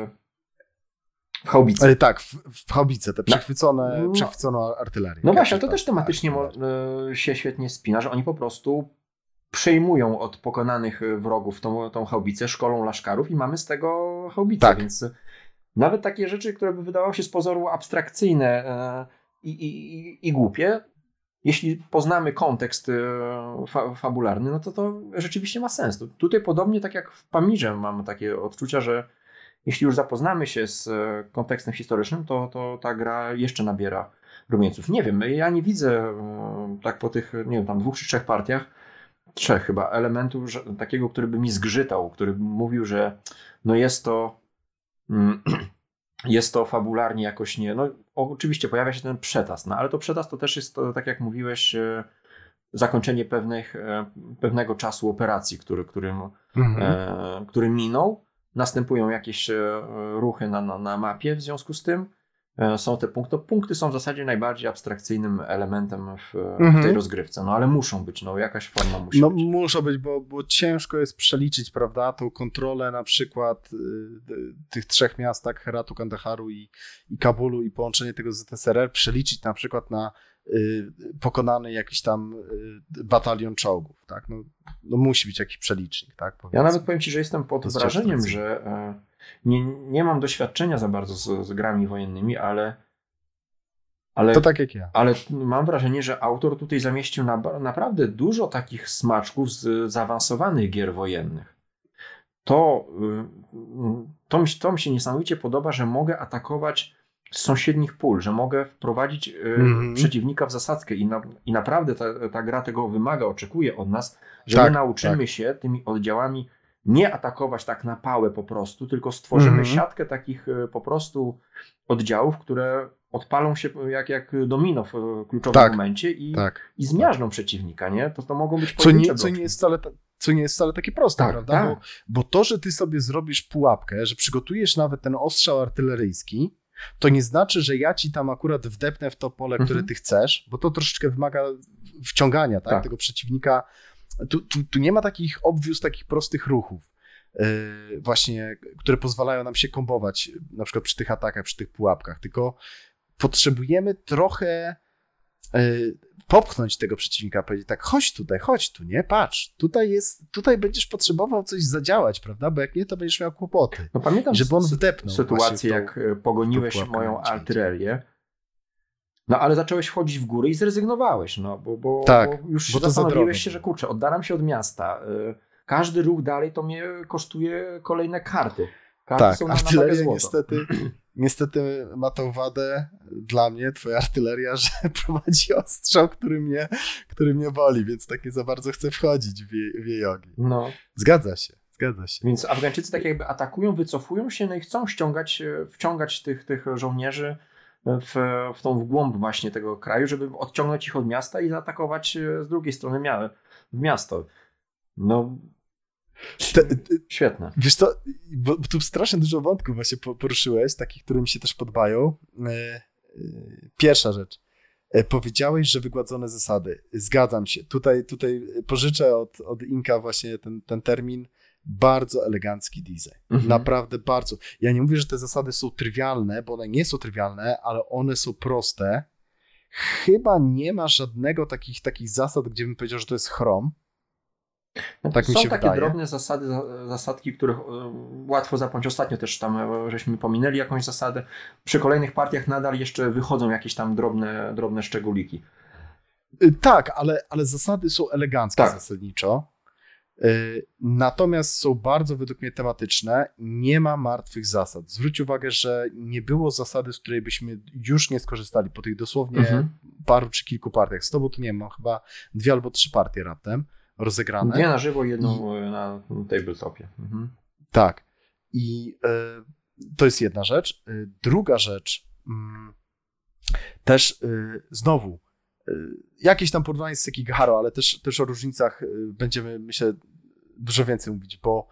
w haubice. Ale tak, w, w haubice, te przechwycone, no, przechwyconą artylerię. No właśnie, to też tematycznie tak, mo, się świetnie spina, że oni po prostu przejmują od pokonanych wrogów tą, tą haubicę, szkolą laszkarów i mamy z tego haubicę, tak. Więc nawet takie rzeczy, które by wydawały się z pozoru abstrakcyjne e, i, i, i głupie, jeśli poznamy kontekst e, fa, fabularny, no to to rzeczywiście ma sens. To, tutaj podobnie tak jak w Pamirze mam takie odczucia, że jeśli już zapoznamy się z e, kontekstem historycznym, to, to ta gra jeszcze nabiera rumieńców. Nie wiem, ja nie widzę e, tak po tych, nie wiem, tam dwóch czy trzech partiach, trzech chyba, elementu że, takiego, który by mi zgrzytał, który by mówił, że no jest to jest to fabularnie jakoś nie... No oczywiście pojawia się ten przetast, no ale to przetast to też jest, to, tak jak mówiłeś, zakończenie pewnych, pewnego czasu operacji, który, którym, mhm. e, który minął. Następują jakieś ruchy na, na, na mapie w związku z tym. Są te punkty. Punkty są w zasadzie najbardziej abstrakcyjnym elementem w, mhm. w tej rozgrywce, no ale muszą być, no jakaś forma musi no, być. No muszą być, bo, bo ciężko jest przeliczyć, prawda, tą kontrolę na przykład y, tych trzech miast, tak, Heratu, Kandaharu i, i Kabulu i połączenie tego z Z S R R, przeliczyć na przykład na y, pokonany jakiś tam y, batalion czołgów, tak, no, no musi być jakiś przelicznik, tak. Powiedzmy. Ja nawet powiem Ci, że jestem pod wrażeniem, że y, Nie, nie mam doświadczenia za bardzo z, z grami wojennymi, ale, ale, to tak jak ja. Ale mam wrażenie, że autor tutaj zamieścił na, naprawdę dużo takich smaczków z zaawansowanych gier wojennych. To, to, mi, to mi się niesamowicie podoba, że mogę atakować z sąsiednich pól, że mogę wprowadzić mm-hmm. przeciwnika w zasadzkę i, na, i naprawdę ta, ta gra tego wymaga, oczekuje od nas, że tak, my nauczymy tak. się tymi oddziałami nie atakować tak na pałę po prostu, tylko stworzymy Mhm. siatkę takich y, po prostu oddziałów, które odpalą się jak, jak domino w y, kluczowym Tak, momencie i, Tak. i zmiażdżą przeciwnika, nie? To, to mogą być Co pojedyncze nie, co, bloki. nie jest wcale, ta- co nie jest wcale takie proste, Tak, prawda? tak. Bo, bo to, że ty sobie zrobisz pułapkę, że przygotujesz nawet ten ostrzał artyleryjski, to nie znaczy, że ja ci tam akurat wdepnę w to pole, które Mhm. ty chcesz, bo to troszeczkę wymaga wciągania tak, Tak. tego przeciwnika. Tu, tu, tu nie ma takich obwióz, takich prostych ruchów, yy, właśnie, które pozwalają nam się kombować, na przykład przy tych atakach, przy tych pułapkach, tylko potrzebujemy trochę yy, popchnąć tego przeciwnika, powiedzieć tak, chodź tutaj, chodź tu, nie, patrz, tutaj jest, tutaj będziesz potrzebował coś zadziałać, prawda, bo jak nie, to będziesz miał kłopoty. No pamiętam Żeby on sy- wdepnął sytuację, właśnie w tą- jak y, pogoniłeś w tą pułapkę moją na ciebie. artylerię, no ale zacząłeś wchodzić w góry i zrezygnowałeś, no bo, bo, Tak, bo już bo to za zastanowiłeś drogo się, że było. kurczę, oddalam się od miasta. y, Każdy ruch dalej to mnie kosztuje kolejne karty. Karty Tak, są na, na wagę artyleria złota. niestety, niestety ma tą wadę dla mnie, twoja artyleria, że prowadzi ostrzał, który mnie, który mnie boli, więc tak nie za bardzo chcę wchodzić w jej, w jej ogień. No, Zgadza się, zgadza się. więc Afgańczycy tak jakby atakują, wycofują się, no i chcą ściągać, e, wciągać tych, tych żołnierzy w, w tą w głąb właśnie tego kraju, żeby odciągnąć ich od miasta i zaatakować e, z drugiej strony mia- w miasto. No, Te, te, świetne. wiesz co, bo, bo tu strasznie dużo wątków właśnie po- poruszyłeś, takich, które mi się też podobają. E, e, Pierwsza rzecz. E, Powiedziałeś, że wygładzone zasady. Zgadzam się. Tutaj, tutaj pożyczę od, od Inka właśnie ten, ten termin. Bardzo elegancki design. Mhm. Naprawdę bardzo. Ja nie mówię, że te zasady są trywialne, bo one nie są trywialne, ale one są proste. Chyba nie ma żadnego takich, takich zasad, gdzie bym powiedział, że to jest chrom. Tak mi Są się takie wydaje. drobne zasady, za- zasadki, których e, łatwo zapomnieć. Ostatnio też tam e, żeśmy pominęli jakąś zasadę. Przy kolejnych partiach nadal jeszcze wychodzą jakieś tam drobne, drobne szczególiki. Y, Tak, ale, ale zasady są eleganckie Tak. zasadniczo. Y, Natomiast są bardzo według mnie tematyczne. Nie ma martwych zasad. Zwróć uwagę, że nie było zasady, z której byśmy już nie skorzystali po tych dosłownie Mhm. paru czy kilku partiach. Z tobą to nie wiem, mam chyba dwie albo trzy partie raptem rozegrane. Dwie na żywo, jedną e, na tabletopie. Mhm. Tak. I y, to jest jedna rzecz. Y, druga rzecz, mm, też y, znowu, y, jakieś tam porównanie z Sekigahara, ale też, też o różnicach y, będziemy, myślę, dużo więcej mówić, bo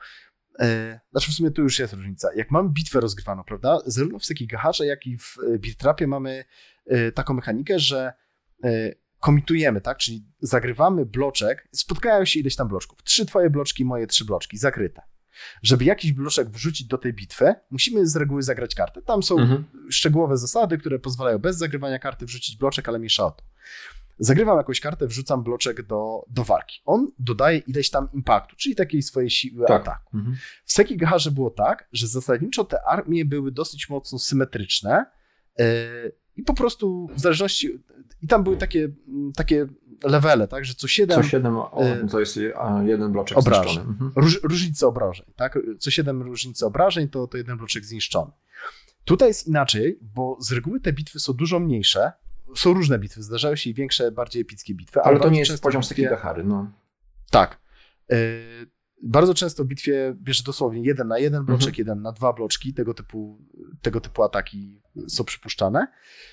y, znaczy w sumie tu już jest różnica. Jak mamy bitwę rozgrywaną, prawda, zarówno w Sekigaharze, jak i w y, Beat Trapie mamy y, taką mechanikę, że y, komitujemy, tak, czyli zagrywamy bloczek, spotkają się ileś tam bloczków. Trzy twoje bloczki, moje trzy bloczki, zakryte. Żeby jakiś bloczek wrzucić do tej bitwy, musimy z reguły zagrać kartę. Tam są Mhm. szczegółowe zasady, które pozwalają bez zagrywania karty wrzucić bloczek, ale mniejsza o to. Zagrywam jakąś kartę, wrzucam bloczek do, do walki. On dodaje ileś tam impaktu, czyli takiej swojej siły Tak. ataku. Mhm. W Sekigaharze było tak, że zasadniczo te armie były dosyć mocno symetryczne yy, i po prostu w zależności... I tam były takie, mm, takie levele, tak, że co siedem... Co siedem o, y, to jest a, jeden bloczek obrażeń. zniszczony. Mhm. Róż, różnice obrażeń, tak? Co siedem różnicy obrażeń, to, to jeden bloczek zniszczony. Tutaj jest inaczej, bo z reguły te bitwy są dużo mniejsze. Są różne bitwy, zdarzają się i większe, bardziej epickie bitwy. Ale to bardzo nie jest często poziom w bitwie- Sekigahary. No. Tak. Yy, bardzo często w bitwie bierze dosłownie jeden na jeden bloczek, Mhm. jeden na dwa bloczki. Tego typu, tego typu ataki są przypuszczane.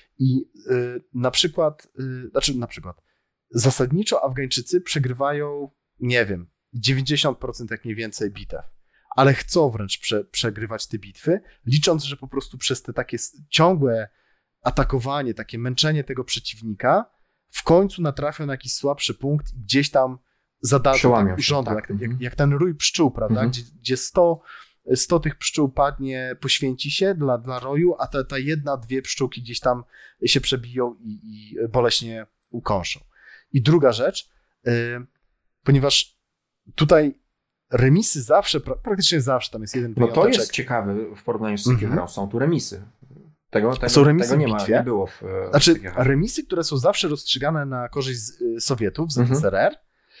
I yy, na przykład, yy, znaczy na przykład, zasadniczo Afgańczycy przegrywają, nie wiem, dziewięćdziesiąt procent jak nie więcej bitew, ale chcą wręcz prze, przegrywać te bitwy, licząc, że po prostu przez te takie s- ciągłe atakowanie, takie męczenie tego przeciwnika, w końcu natrafią na jakiś słabszy punkt i gdzieś tam zadadzą Przełamią tak, się, urządzą, tak. jak, jak, Mhm. jak ten rój pszczół, prawda, Mhm. gdzie, gdzie sto, sto tych pszczół padnie, poświęci się dla, dla roju, a ta, ta jedna, dwie pszczółki gdzieś tam się przebiją i, i boleśnie ukąszą. I druga rzecz, y, ponieważ tutaj remisy zawsze, pra, praktycznie zawsze tam jest jeden No to wyjąteczek. jest ciekawe w porównaniu z Mhm. Sekigaharą. Są tu remisy. Tego, tego, Są remisy tego nie w ma, bitwie? nie było w, w Znaczy, Sekigaharze. remisy, które są zawsze rozstrzygane na korzyść z, y, Sowietów, z Mhm. S S R R.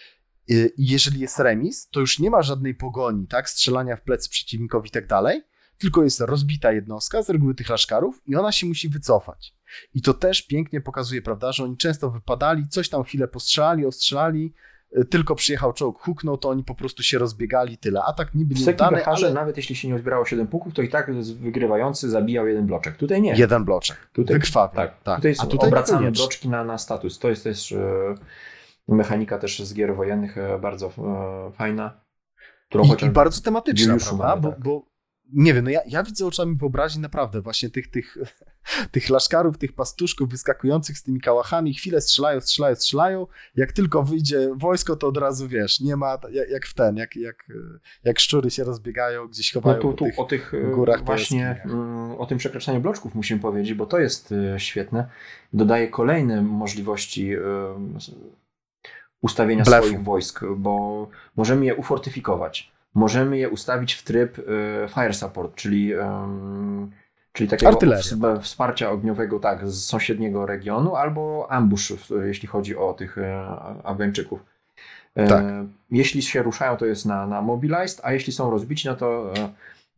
Y, I jeżeli jest remis, to już nie ma żadnej pogoni, tak, strzelania w plecy przeciwnikowi i tak dalej, tylko jest rozbita jednostka, z reguły tych laszkarów, i ona się musi wycofać. I to też pięknie pokazuje, prawda, że oni często wypadali, coś tam chwilę postrzelali, ostrzelali, tylko przyjechał czołg, huknął, to oni po prostu się rozbiegali, tyle. Atak niby w nieudany, ale... nawet jeśli się nie uzbierało siedem pułków, to i tak wygrywający zabijał jeden bloczek. Tutaj nie. Jeden bloczek. Tutaj, wykrwawił. Tak, tak. Tutaj, A tutaj obracamy bloczki na, na status. To jest też e, mechanika też z gier wojennych e, bardzo e, fajna. I, I bardzo tematyczna, prawda? Bo, tak. bo nie wiem, no ja, ja widzę oczami wyobraźni naprawdę właśnie tych, tych, tych laszkarów, tych pastuszków wyskakujących z tymi kałachami, chwilę strzelają, strzelają, strzelają, jak tylko wyjdzie wojsko, to od razu wiesz, nie ma, jak, jak w ten, jak, jak, jak szczury się rozbiegają, gdzieś chowają no tu, tu, po tych o tych górach. Właśnie o tym przekraczaniu bloczków musimy powiedzieć, bo to jest świetne. Dodaje kolejne możliwości ustawienia Blefu. swoich wojsk, bo możemy je ufortyfikować. Możemy je ustawić w tryb y, fire support, czyli, y, czyli takiego w, wsparcia ogniowego tak, z sąsiedniego regionu, albo ambush, jeśli chodzi o tych y, Afgańczyków. Y, tak. Jeśli się ruszają, to jest na, na mobilized, a jeśli są rozbici, no to y,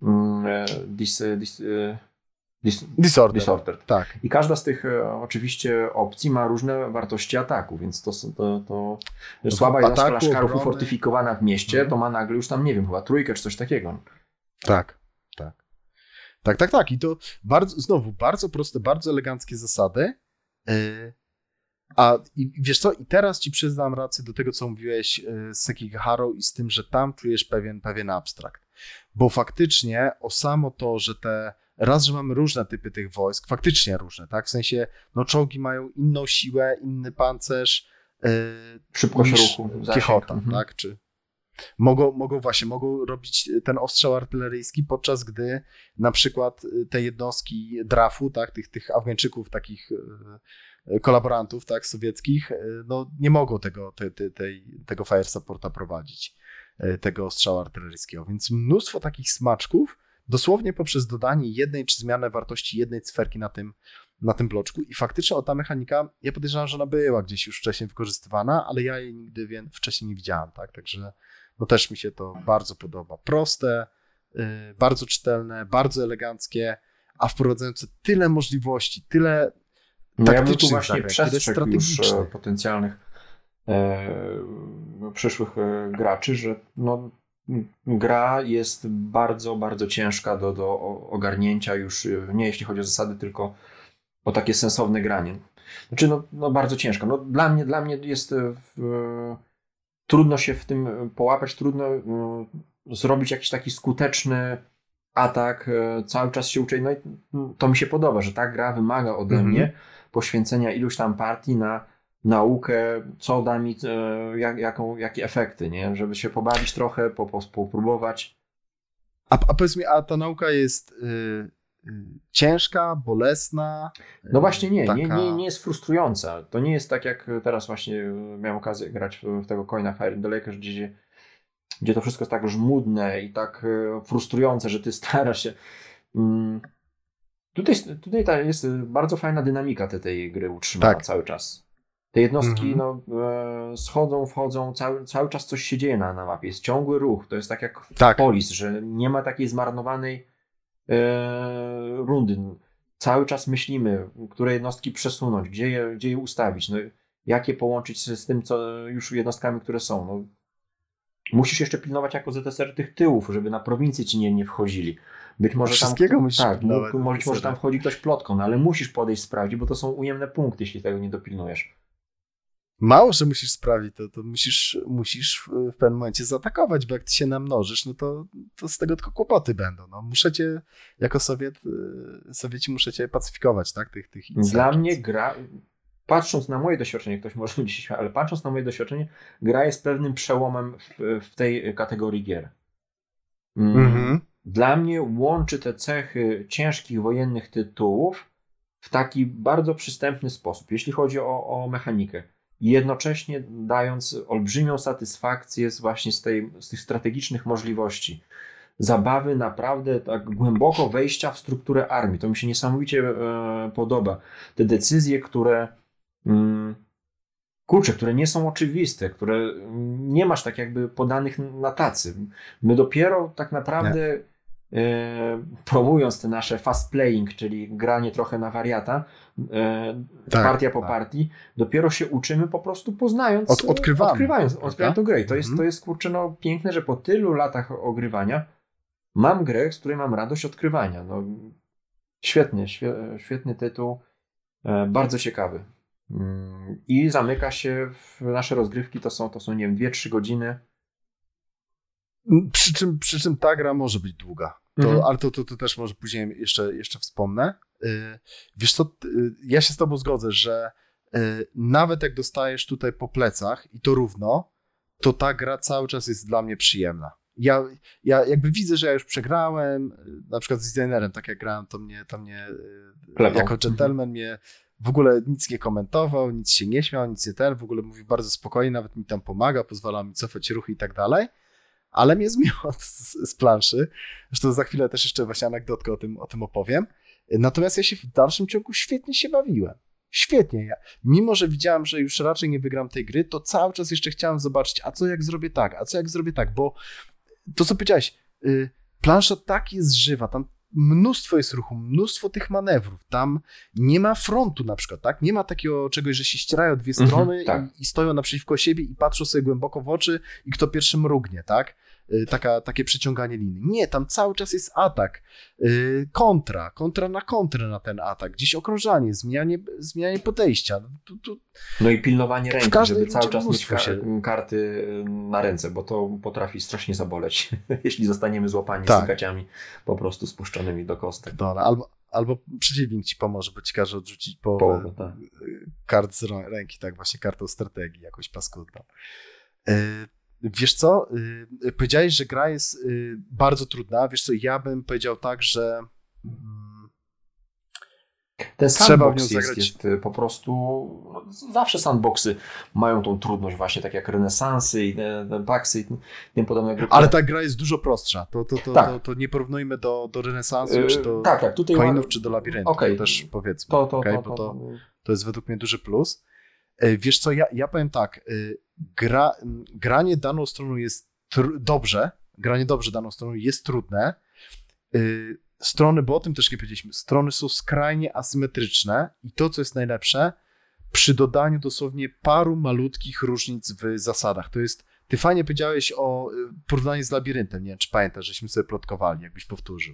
y, dis, dis, y, dis, disorder. disorder. Tak. I każda z tych y, oczywiście opcji ma różne wartości ataku, więc to, to, to słaba jednostka laszkarów ufortyfikowana w mieście, hmm. to ma nagle już tam, nie wiem, chyba trójkę czy coś takiego. Tak, tak. Tak, tak, tak. I to bardzo, znowu bardzo proste, bardzo eleganckie zasady. Yy, a i wiesz co, i teraz ci przyznam rację do tego, co mówiłeś yy, z Sekigahara i z tym, że tam czujesz pewien, pewien abstrakt. Bo faktycznie o samo to, że te raz, że mamy różne typy tych wojsk, faktycznie różne, tak? W sensie, no czołgi mają inną siłę, inny pancerz, yy, szybkość ruchu, piechota, mhm. tak? Czy mogą, mogą właśnie, mogą robić ten ostrzał artyleryjski, podczas gdy na przykład te jednostki drafu, tak? Tych, tych Afgańczyków, takich yy, kolaborantów, tak? Sowieckich, yy, no nie mogą tego, te, te, tej, tego fire supporta prowadzić, yy, tego ostrzału artyleryjskiego, więc mnóstwo takich smaczków, dosłownie poprzez dodanie jednej czy zmianę wartości jednej cyferki na tym, na tym bloczku. I faktycznie o ta mechanika, ja podejrzewam, że ona była gdzieś już wcześniej wykorzystywana, ale ja jej nigdy wie, wcześniej nie widziałem, tak? Także no też mi się to bardzo podoba. Proste, yy, bardzo czytelne, bardzo eleganckie, a wprowadzające tyle możliwości, tyle no ja bym tu właśnie przestrzegł już potencjalnych e, przyszłych e, graczy, że no gra jest bardzo, bardzo ciężka do, do ogarnięcia już, nie jeśli chodzi o zasady, tylko o takie sensowne granie. Znaczy, no, no bardzo ciężko. No, dla mnie, dla mnie jest w, trudno się w tym połapać, trudno y, zrobić jakiś taki skuteczny atak, y, cały czas się uczyć. No i to mi się podoba, że ta gra wymaga ode mm-hmm. mnie poświęcenia iluś tam partii na naukę, co da mi, jak, jaką, jakie efekty, nie? Żeby się pobawić trochę, po, po, popróbować. A, a powiedz mi, a ta nauka jest y, y, ciężka, bolesna? No właśnie nie, taka... nie, nie, nie jest frustrująca. To nie jest tak, jak teraz właśnie miałem okazję grać w, w tego Coina Fire in the Lake, gdzie, gdzie to wszystko jest tak żmudne i tak frustrujące, że ty starasz się... Mm, tutaj tutaj ta jest bardzo fajna dynamika tej, tej gry utrzymana tak. cały czas. Te jednostki mm-hmm. no, e, schodzą, wchodzą, cały, cały czas coś się dzieje na, na mapie. Jest ciągły ruch. To jest tak jak w tak. Polis, że nie ma takiej zmarnowanej e, rundy. Cały czas myślimy, które jednostki przesunąć, gdzie je, gdzie je ustawić, no, jak je połączyć z, z tym, co już jednostkami, które są. No, musisz jeszcze pilnować jako Z S R tych tyłów, żeby na prowincję ci nie, nie wchodzili. Być może Wszystkiego tam, musisz tak, pilnować. Może, może tam wchodzi ktoś plotką, no ale musisz podejść, sprawdzić, bo to są ujemne punkty, jeśli tego nie dopilnujesz. Mało, że musisz sprawdzić, to, to musisz, musisz w pewnym momencie zaatakować, bo jak ty się namnożysz, no to, to z tego tylko kłopoty będą. No, muszę cię, jako Sowiet, Sowieci muszę cię pacyfikować, tak? Tych, tych Dla mnie gra, patrząc na moje doświadczenie, ktoś może mi się śmiać, ale patrząc na moje doświadczenie, gra jest pewnym przełomem w, w tej kategorii gier. Mhm. Dla mnie łączy te cechy ciężkich wojennych tytułów w taki bardzo przystępny sposób, jeśli chodzi o, o mechanikę. Jednocześnie dając olbrzymią satysfakcję z właśnie z, tej, z tych strategicznych możliwości. Zabawy naprawdę tak głęboko wejścia w strukturę armii. To mi się niesamowicie e, podoba. Te decyzje, które mm, kurczę, które nie są oczywiste, które nie masz tak jakby podanych na tacy. My dopiero tak naprawdę promując te nasze fast playing, czyli granie trochę na wariata, tak, partia po tak. partii, dopiero się uczymy po prostu poznając, Od, odkrywamy. odkrywając, odkrywając tą grę. I to jest, mm. to jest kurczę, no, piękne, że po tylu latach ogrywania mam grę, z której mam radość odkrywania. No, świetnie, świetny tytuł, bardzo ciekawy. I zamyka się w nasze rozgrywki, to są, to są nie wiem, dwie trzy godziny. Przy czym, przy czym ta gra może być długa. To, mhm. Ale to, to, to też może później jeszcze, jeszcze wspomnę. Yy, wiesz co, yy, ja się z tobą zgodzę, że yy, nawet jak dostajesz tutaj po plecach i to równo, to ta gra cały czas jest dla mnie przyjemna. Ja, ja jakby widzę, że ja już przegrałem, yy, na przykład z designerem, tak jak grałem, to mnie, to mnie yy, jako gentleman mnie w ogóle nic nie komentował, nic się nie śmiał, nic nie ten, w ogóle mówi bardzo spokojnie, nawet mi tam pomaga, pozwala mi cofać ruchy i tak dalej. Ale mnie zmiotł z, z planszy. Zresztą za chwilę też jeszcze właśnie anegdotkę o tym, o tym opowiem. Natomiast ja się w dalszym ciągu świetnie się bawiłem. Świetnie. Ja, mimo że widziałem, że już raczej nie wygram tej gry, to cały czas jeszcze chciałem zobaczyć, a co jak zrobię tak, a co jak zrobię tak, bo to, co powiedziałeś, yy, plansza tak jest żywa, tam mnóstwo jest ruchu, mnóstwo tych manewrów, tam nie ma frontu na przykład, tak? Nie ma takiego czegoś, że się ścierają dwie strony mm-hmm, tak. i, i stoją naprzeciwko siebie i patrzą sobie głęboko w oczy i kto pierwszy mrugnie, tak? Yy, taka, takie przeciąganie linii. Nie, tam cały czas jest atak, yy, kontra, kontra na kontrę na ten atak, gdzieś okrążanie, zmianie, zmianie podejścia. Tu, tu... No i pilnowanie ręki, żeby cały czas mieć ka- się... karty na ręce, bo to potrafi strasznie zaboleć, jeśli zostaniemy złapani tak. z gaciami po prostu spuszczonymi do kostek. Dobra, albo, albo przeciwnik ci pomoże, bo ci każe odrzucić połowę, połowę tak. kart z ręki, tak właśnie kartą strategii, jakoś paskudną. Yy, Wiesz co, yy, powiedziałeś, że gra jest yy, bardzo trudna. Wiesz co, ja bym powiedział tak, że yy, ten sandbox jest, jest po prostu, no, zawsze sandboxy mają tą trudność właśnie, tak jak renesansy i paksy i tym podobne gry. Ale ta gra jest dużo prostsza. To, to, to, tak. to, to nie porównujmy do, do renesansu, yy, czy do tak, tak. Tutaj coinów, ma... czy do labiryntu. Okay. To też powiedzmy, to, to, okay? to, to, to, to, to jest według mnie duży plus. Wiesz co, ja, ja powiem tak, gra, granie daną stroną jest tr- dobrze, granie dobrze daną stroną jest trudne. Strony, bo o tym też nie powiedzieliśmy, strony są skrajnie asymetryczne i to, co jest najlepsze, przy dodaniu dosłownie paru malutkich różnic w zasadach. To jest, ty fajnie powiedziałeś o porównaniu z labiryntem, nie wiem, czy pamiętasz, żeśmy sobie plotkowali, jakbyś powtórzył.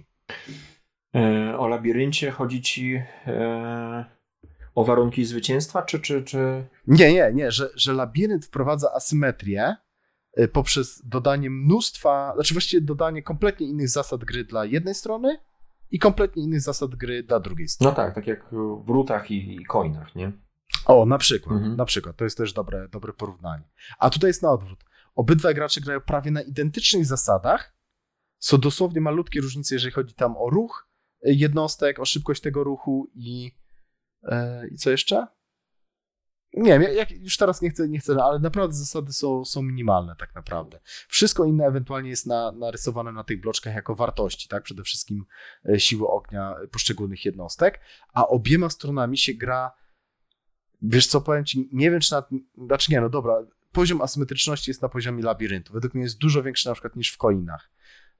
O labiryncie chodzi ci... E... O warunki zwycięstwa, czy... czy, czy... Nie, nie, nie, że, że labirynt wprowadza asymetrię poprzez dodanie mnóstwa, znaczy właściwie dodanie kompletnie innych zasad gry dla jednej strony i kompletnie innych zasad gry dla drugiej strony. No tak, tak jak w rutach i, i coinach, nie? O, na przykład, mhm. na przykład, to jest też dobre, dobre porównanie. A tutaj jest na odwrót. Obydwaj gracze grają prawie na identycznych zasadach, są dosłownie malutkie różnice, jeżeli chodzi tam o ruch jednostek, o szybkość tego ruchu i I co jeszcze? Nie wiem, jak już teraz nie chcę, nie chcę, ale naprawdę zasady są, są minimalne tak naprawdę. Wszystko inne ewentualnie jest na, narysowane na tych bloczkach jako wartości, tak? Przede wszystkim siły ognia poszczególnych jednostek, a obiema stronami się gra, wiesz co, powiem ci, nie wiem czy na, znaczy nie, no dobra, poziom asymetryczności jest na poziomie labiryntu. Według mnie jest dużo większy na przykład niż w coinach.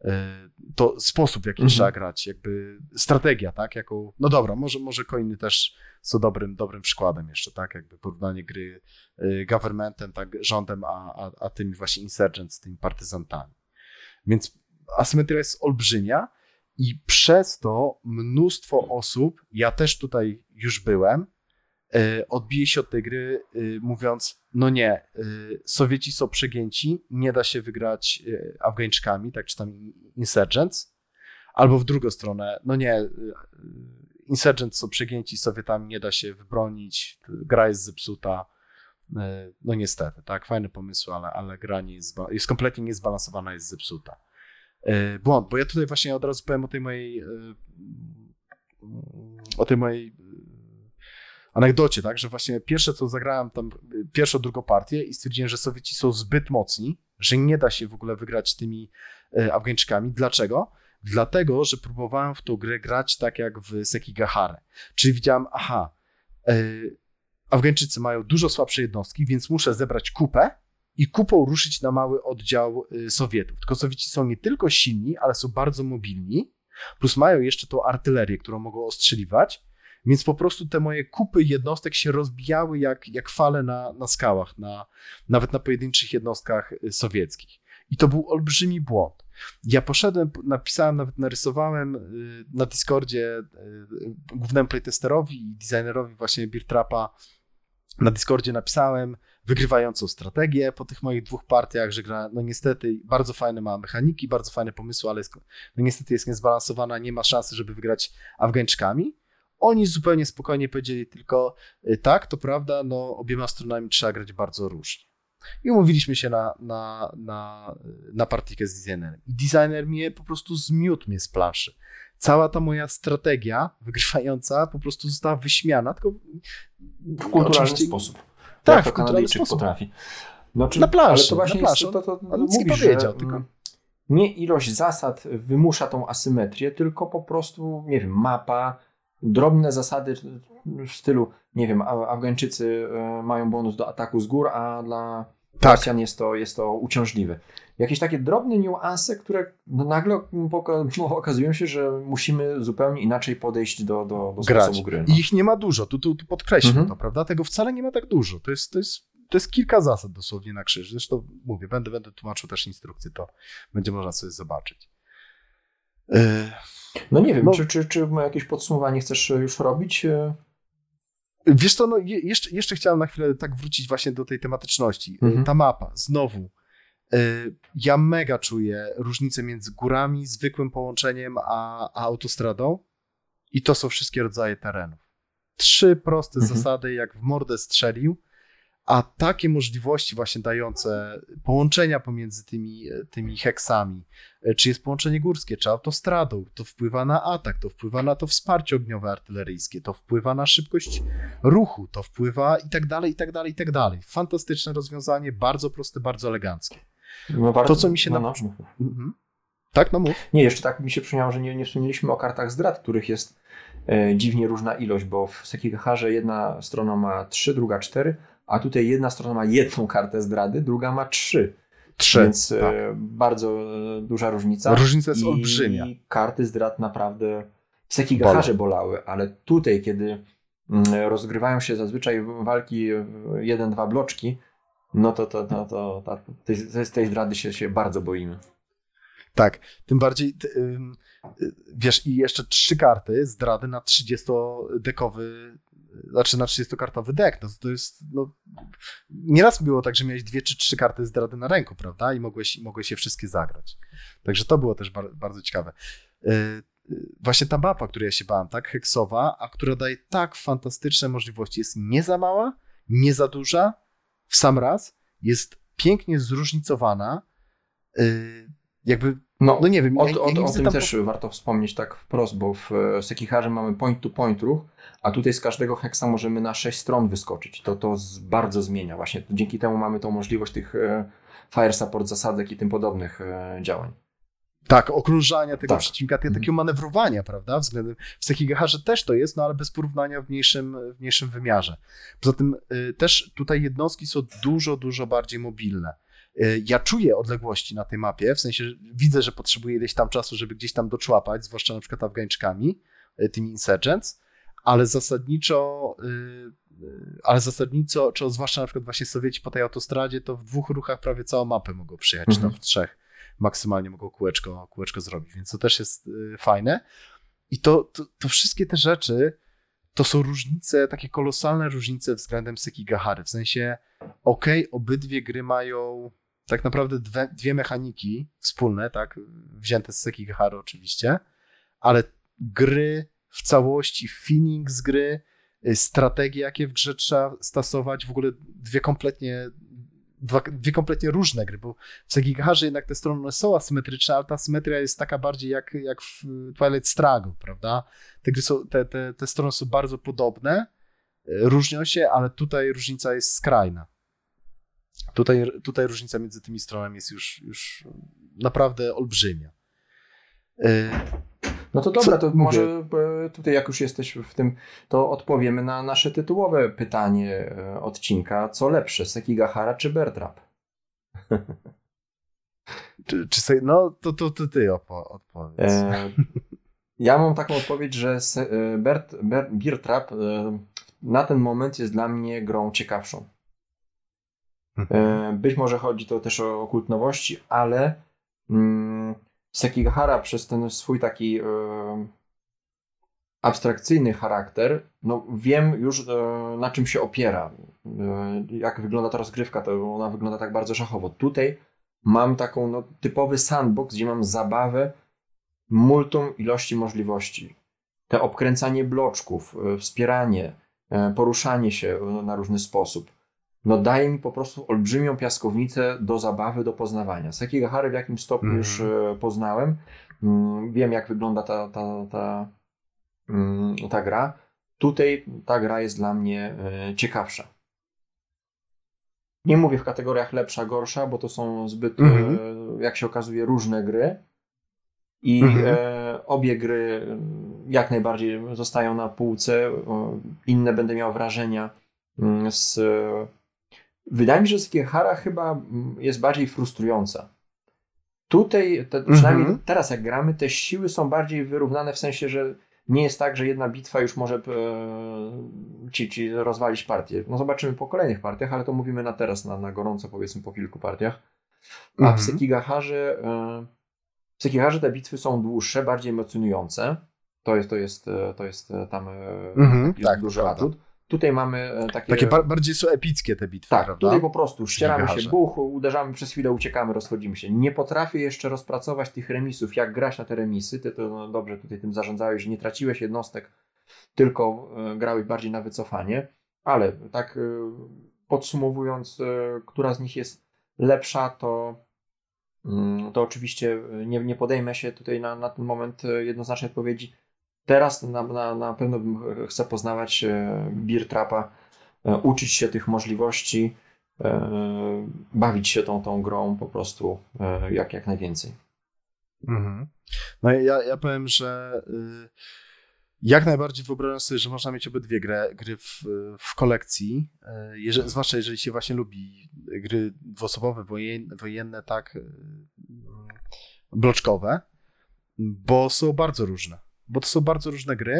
To sposób, w jaki mhm. trzeba grać, jakby strategia, tak, jaką, no dobra, może, może coiny też są dobrym, dobrym przykładem jeszcze, tak, jakby porównanie gry governmentem, tak, rządem, a, a, a tymi właśnie insurgents, tymi partyzantami. Więc asymetria jest olbrzymia i przez to mnóstwo osób, ja też tutaj już byłem, odbije się od tej gry mówiąc, no nie, Sowieci są przegięci, nie da się wygrać Afgańczykami, tak, czy tam insurgents, albo w drugą stronę, no nie, insurgents są przegięci Sowietami, nie da się wybronić, gra jest zepsuta, no niestety, tak, fajne pomysły, ale, ale gra nie jest, jest kompletnie niezbalansowana, jest zepsuta. Błąd, bo ja tutaj właśnie od razu powiem o tej mojej o tej mojej anegdocie, tak, że właśnie pierwsze co zagrałem tam, pierwszą, drugą partię i stwierdziłem, że Sowieci są zbyt mocni, że nie da się w ogóle wygrać tymi Afgańczykami. Dlaczego? Dlatego, że próbowałem w tą grę grać tak jak w Sekigahara. Czyli widziałem, aha, Afgańczycy mają dużo słabsze jednostki, więc muszę zebrać kupę i kupą ruszyć na mały oddział Sowietów. Tylko Sowieci są nie tylko silni, ale są bardzo mobilni, plus mają jeszcze tą artylerię, którą mogą ostrzeliwać, więc po prostu te moje kupy jednostek się rozbijały jak, jak fale na, na skałach, na, nawet na pojedynczych jednostkach sowieckich. I to był olbrzymi błąd. Ja poszedłem, napisałem, nawet narysowałem na Discordzie głównemu playtesterowi i designerowi właśnie Beer Trapa. Na Discordzie napisałem wygrywającą strategię po tych moich dwóch partiach, że gra, no niestety bardzo fajne ma mechaniki, bardzo fajne pomysły, ale jest, no niestety jest niezbalansowana, nie ma szansy, żeby wygrać Afgańczykami. Oni zupełnie spokojnie powiedzieli tylko tak, to prawda, no obiema stronami trzeba grać bardzo różnie. I umówiliśmy się na, na, na, na partyjkę z designerem. I designer mnie po prostu zmiótł mnie z planszy. Cała ta moja strategia wygrywająca po prostu została wyśmiana, tylko w kulturalny oczywiście... sposób. Tak, to w kulturalny sposób. Potrafi. Znaczy, na planszy, ale to właśnie na planszy. Jest, to, to, on nic mówisz, nie powiedział, że, tylko... Nie ilość zasad wymusza tą asymetrię, tylko po prostu, nie wiem, mapa, drobne zasady w stylu, nie wiem, Afgańczycy mają bonus do ataku z gór, a dla tak. Rosjan jest to, jest to uciążliwe. Jakieś takie drobne niuanse, które nagle okazują się, że musimy zupełnie inaczej podejść do, do, do sposobu gry. No. I ich nie ma dużo, tu, tu, tu podkreślę mhm. to, prawda? Tego wcale nie ma tak dużo. To jest, to jest, to jest kilka zasad dosłownie na krzyż. Zresztą mówię, będę, będę tłumaczył też instrukcje, to będzie można sobie zobaczyć. Yy, no nie wiem, no, czy, czy, czy jakieś podsumowanie chcesz już robić? Wiesz co, no je, jeszcze, jeszcze chciałem na chwilę tak wrócić właśnie do tej tematyczności. Mhm. Ta mapa, znowu, y, ja mega czuję różnicę między górami, zwykłym połączeniem, a, a autostradą i to są wszystkie rodzaje terenów. Trzy proste mhm. zasady, jak w mordę strzelił, a takie możliwości właśnie dające połączenia pomiędzy tymi, tymi heksami, czy jest połączenie górskie, czy autostradą, to wpływa na atak, to wpływa na to wsparcie ogniowe artyleryjskie, to wpływa na szybkość ruchu, to wpływa i tak dalej, i tak dalej, i tak dalej. Fantastyczne rozwiązanie, bardzo proste, bardzo eleganckie. No bardzo, to, co mi się... No, na... no. Mhm. Tak, no mów. Nie, jeszcze tak mi się przypomniało, że nie, nie wspomnieliśmy o kartach zdrad, których jest e, dziwnie różna ilość, bo w Sekigaharze jedna strona ma trzy, druga cztery, a tutaj jedna strona ma jedną kartę zdrady, druga ma trzy. Trzy, Więc tak. e, bardzo e, duża różnica. Różnica jest I olbrzymia. I karty zdrad naprawdę w Sekigaharze bolały, ale tutaj, kiedy mm, rozgrywają się zazwyczaj walki jeden, dwa bloczki, no to, to, to, to, to, to tej, tej zdrady się, się bardzo boimy. Tak, tym bardziej, ty, y, wiesz, i jeszcze trzy karty zdrady na trzydziestodekowy, znaczy na trzydziestokartowy dek, no to jest, no, nieraz było tak, że miałeś dwie czy trzy karty zdrady na ręku, prawda, i mogłeś, mogłeś je wszystkie zagrać. Także to było też bar- bardzo ciekawe. Y, y, właśnie ta mapa, której ja się bałem, tak, heksowa, a która daje tak fantastyczne możliwości, jest nie za mała, nie za duża, w sam raz, jest pięknie zróżnicowana, y, jakby, no, no nie wiem. O, ja, o, ja o tym tam... też warto wspomnieć tak wprost, bo w Sekiharze mamy point-to-point ruch, a tutaj z każdego heksa możemy na sześć stron wyskoczyć. To to z, bardzo zmienia. Właśnie dzięki temu mamy tą możliwość tych e, fire support zasadzek i tym podobnych e, działań. Tak, okrążania tego tak. przeciwnika, te, takiego manewrowania, prawda, względem, w Sekigaharze też to jest, no ale bez porównania w mniejszym, w mniejszym wymiarze. Poza tym y, też tutaj jednostki są dużo, dużo bardziej mobilne. Y, ja czuję odległości na tej mapie, w sensie, że widzę, że potrzebuję ileś tam czasu, żeby gdzieś tam doczłapać, zwłaszcza na przykład Afgańczykami, y, tymi insurgents, ale zasadniczo, y, y, ale zasadniczo, czy zwłaszcza na przykład właśnie Sowieci po tej autostradzie, to w dwóch ruchach prawie całą mapę mogą przyjechać, mhm. czy tam w trzech. Maksymalnie mogą kółeczko, kółeczko zrobić, więc to też jest y, fajne. I to, to, to wszystkie te rzeczy to są różnice, takie kolosalne różnice względem Sekigahary. W sensie, okej, okay, obydwie gry mają tak naprawdę dwie, dwie mechaniki wspólne, tak, wzięte z Sekigahary oczywiście, ale gry w całości, feeling z gry, y, strategie, jakie w grze trzeba stosować, w ogóle dwie kompletnie Dwa, dwie kompletnie różne gry, bo w Sekigaharze jednak te strony są asymetryczne, ale ta symetria jest taka bardziej jak, jak w Twilight Struggle, prawda? Te, gry są, te, te, te strony są bardzo podobne, różnią się, ale tutaj różnica jest skrajna. Tutaj, tutaj różnica między tymi stronami jest już, już naprawdę olbrzymia. No to dobra, to może tutaj jak już jesteś w tym, to odpowiemy na nasze tytułowe pytanie odcinka. Co lepsze, Sekigahara czy Bear Trap? Czy, czy sobie, no to, to, to ty opo- odpowiedz. E, ja mam taką odpowiedź, że Bert, Bert, Beer Trap na ten moment jest dla mnie grą ciekawszą. E, być może chodzi to też o okult nowości, ale mm, Sekigahara przez ten swój taki e, abstrakcyjny charakter, no wiem już e, na czym się opiera. E, jak wygląda ta rozgrywka, to ona wygląda tak bardzo szachowo. Tutaj mam taką no, typowy sandbox, gdzie mam zabawę multum ilości możliwości. Te obkręcanie bloczków, e, wspieranie, e, poruszanie się na różny sposób. No daje mi po prostu olbrzymią piaskownicę do zabawy, do poznawania. Sekigahary w jakimś stopniu mm. już e, poznałem. Mm, wiem jak wygląda ta, ta, ta, mm, ta gra. Tutaj ta gra jest dla mnie e, ciekawsza. Nie mówię w kategoriach lepsza, gorsza, bo to są zbyt, mm. e, jak się okazuje, różne gry. I mm. e, obie gry jak najbardziej zostają na półce. O, inne będę miał wrażenia z... Wydaje mi się, że Sekigahara chyba jest bardziej frustrująca. Tutaj, te, przynajmniej mm-hmm. teraz jak gramy, te siły są bardziej wyrównane w sensie, że nie jest tak, że jedna bitwa już może e, ci, ci rozwalić partię. No zobaczymy po kolejnych partiach, ale to mówimy na teraz, na, na gorąco powiedzmy po kilku partiach. A mm-hmm. w Sekigaharze e, w Sekigaharze te bitwy są dłuższe, bardziej emocjonujące. To jest, to jest, to jest tam e, mm-hmm. jest tak, duży atut. Tutaj mamy takie... Takie ba- bardziej są epickie te bitwy, tak, prawda? Tutaj po prostu ścieramy się, buch, uderzamy przez chwilę, uciekamy, rozchodzimy się. Nie potrafię jeszcze rozpracować tych remisów, jak grać na te remisy. Ty to no, dobrze tutaj tym zarządzałeś, że nie traciłeś jednostek, tylko y, grałeś bardziej na wycofanie. Ale tak y, podsumowując, y, która z nich jest lepsza, to, y, to oczywiście nie, nie podejmę się tutaj na, na ten moment jednoznacznej odpowiedzi. Teraz na, na, na pewno chcę poznawać e, Beer Trapa, e, uczyć się tych możliwości, e, bawić się tą, tą grą po prostu e, jak, jak najwięcej. Mm-hmm. No ja, ja powiem, że y, jak najbardziej wyobrażam sobie, że można mieć obydwie gry, gry w, w kolekcji, y, jeżeli, zwłaszcza jeżeli się właśnie lubi gry dwuosobowe, wojenne, wojenne tak, y, bloczkowe, bo są bardzo różne. Bo to są bardzo różne gry.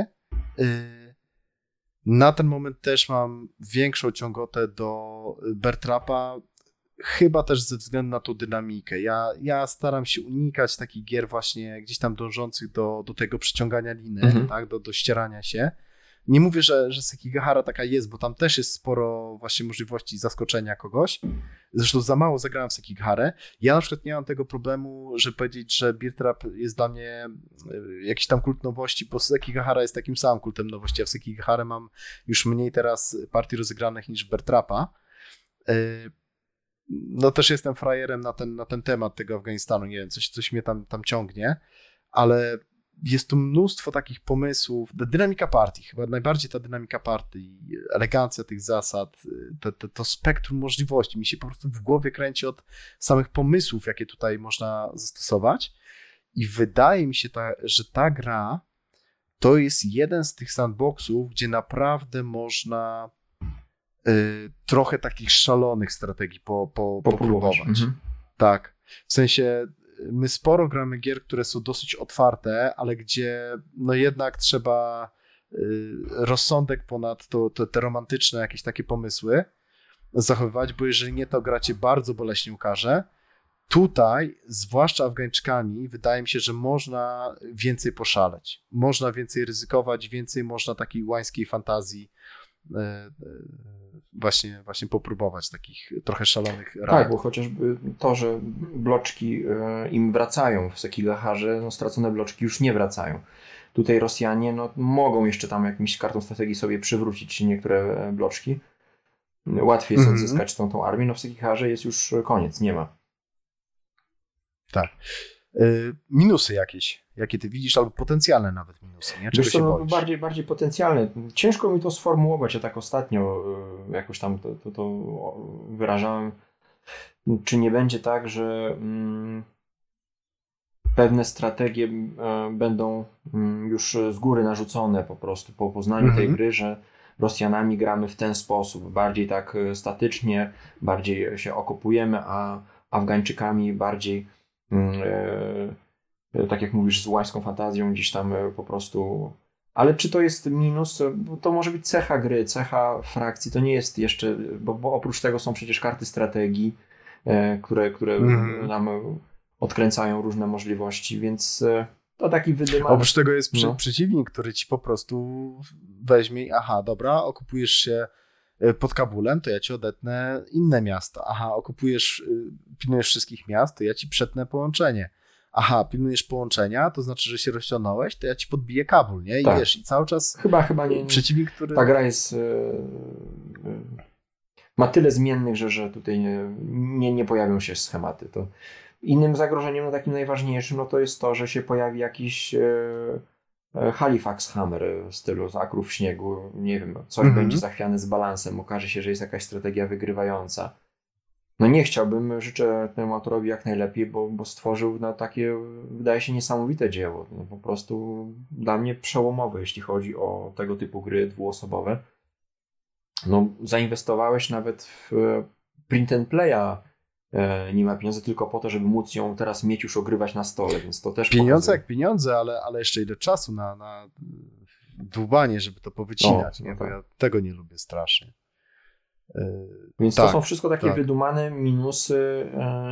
Na ten moment też mam większą ciągotę do Beer Trapa, chyba też ze względu na tą dynamikę. Ja, ja staram się unikać takich gier właśnie gdzieś tam dążących do, do tego przyciągania liny, mhm. tak, do, do ścierania się. Nie mówię, że, że Sekigahara taka jest, bo tam też jest sporo właśnie możliwości zaskoczenia kogoś. Zresztą za mało zagrałem w Sekigaharę. Ja na przykład nie mam tego problemu, żeby powiedzieć, że Beer Trap jest dla mnie jakiś tam kult nowości, bo Sekigahara jest takim samym kultem nowości, a w Sekigaharę mam już mniej teraz partii rozegranych niż Beer Trapa. No też jestem frajerem na ten, na ten temat tego Afganistanu, nie wiem, coś, coś mnie tam, tam ciągnie, ale jest tu mnóstwo takich pomysłów. Dynamika partii, chyba najbardziej ta dynamika partii, elegancja tych zasad, to, to, to spektrum możliwości. Mi się po prostu w głowie kręci od samych pomysłów, jakie tutaj można zastosować. I wydaje mi się, ta, że ta gra to jest jeden z tych sandboxów, gdzie naprawdę można y, trochę takich szalonych strategii po, po, popróbować. Mhm. Tak. W sensie my sporo gramy gier, które są dosyć otwarte, ale gdzie no jednak trzeba y, rozsądek ponad to, to, te romantyczne jakieś takie pomysły zachowywać, bo jeżeli nie, to gra cię bardzo boleśnie ukaże. Tutaj, zwłaszcza Afgańczykami, wydaje mi się, że można więcej poszaleć. Można więcej ryzykować, więcej można takiej łańskiej fantazji y, y, Właśnie, właśnie popróbować takich trochę szalonych rajd. Tak, bo chociażby to, że bloczki im wracają w Sekigaharze, no stracone bloczki już nie wracają. Tutaj Rosjanie no, mogą jeszcze tam jakimś kartą strategii sobie przywrócić niektóre bloczki. Łatwiej jest mm-hmm. odzyskać tą, tą armię, no w Sekigaharze jest już koniec, nie ma. Tak. Yy, minusy jakieś, jakie ty widzisz, albo potencjalne nawet minusy, nie? Czego się boisz? Bardziej, bardziej potencjalne. Ciężko mi to sformułować, ja tak ostatnio yy, jakoś tam to, to, to wyrażałem. Czy nie będzie tak, że yy, pewne strategie yy, będą yy, już z góry narzucone po prostu po poznaniu mm-hmm. tej gry, że Rosjanami gramy w ten sposób, bardziej tak statycznie, bardziej się okopujemy, a Afgańczykami bardziej, tak jak mówisz, z łańską fantazją gdzieś tam po prostu. Ale czy to jest minus? To może być cecha gry, cecha frakcji, to nie jest jeszcze, bo, bo oprócz tego są przecież karty strategii, które, które mm. nam odkręcają różne możliwości, więc to taki wydymany. Oprócz tego jest przy, no. przeciwnik, który ci po prostu weźmie i aha, dobra, okupujesz się pod Kabulem, to ja ci odetnę inne miasta. Aha, okupujesz, pilnujesz wszystkich miast, to ja ci przetnę połączenie. Aha, pilnujesz połączenia, to znaczy, że się rozciągnąłeś, to ja ci podbiję Kabul, nie? I tak. wiesz, i cały czas chyba, chyba nie, przeciwnik, który... Ta gra jest... Yy, yy, ma tyle zmiennych, że, że tutaj nie, nie, nie pojawią się schematy. To innym zagrożeniem, no takim najważniejszym, no to jest to, że się pojawi jakiś yy, Halifax Hammer w stylu Akrów Śniegu, nie wiem, coś mm-hmm. będzie zachwiane z balansem, okaże się, że jest jakaś strategia wygrywająca. No nie chciałbym, życzę temu autorowi jak najlepiej, bo, bo stworzył no, takie, wydaje się, niesamowite dzieło. No, po prostu dla mnie przełomowe, jeśli chodzi o tego typu gry dwuosobowe. No, zainwestowałeś nawet w print and playa, e, nie ma pieniędzy tylko po to, żeby móc ją teraz mieć już ogrywać na stole, więc to też pieniądze pokazuje. Jak pieniądze, ale, ale jeszcze ile czasu na, na dłubanie, żeby to powycinać, o, nie? No tak. Bo ja tego nie lubię strasznie. Więc tak, to są wszystko takie tak. wydumane minusy,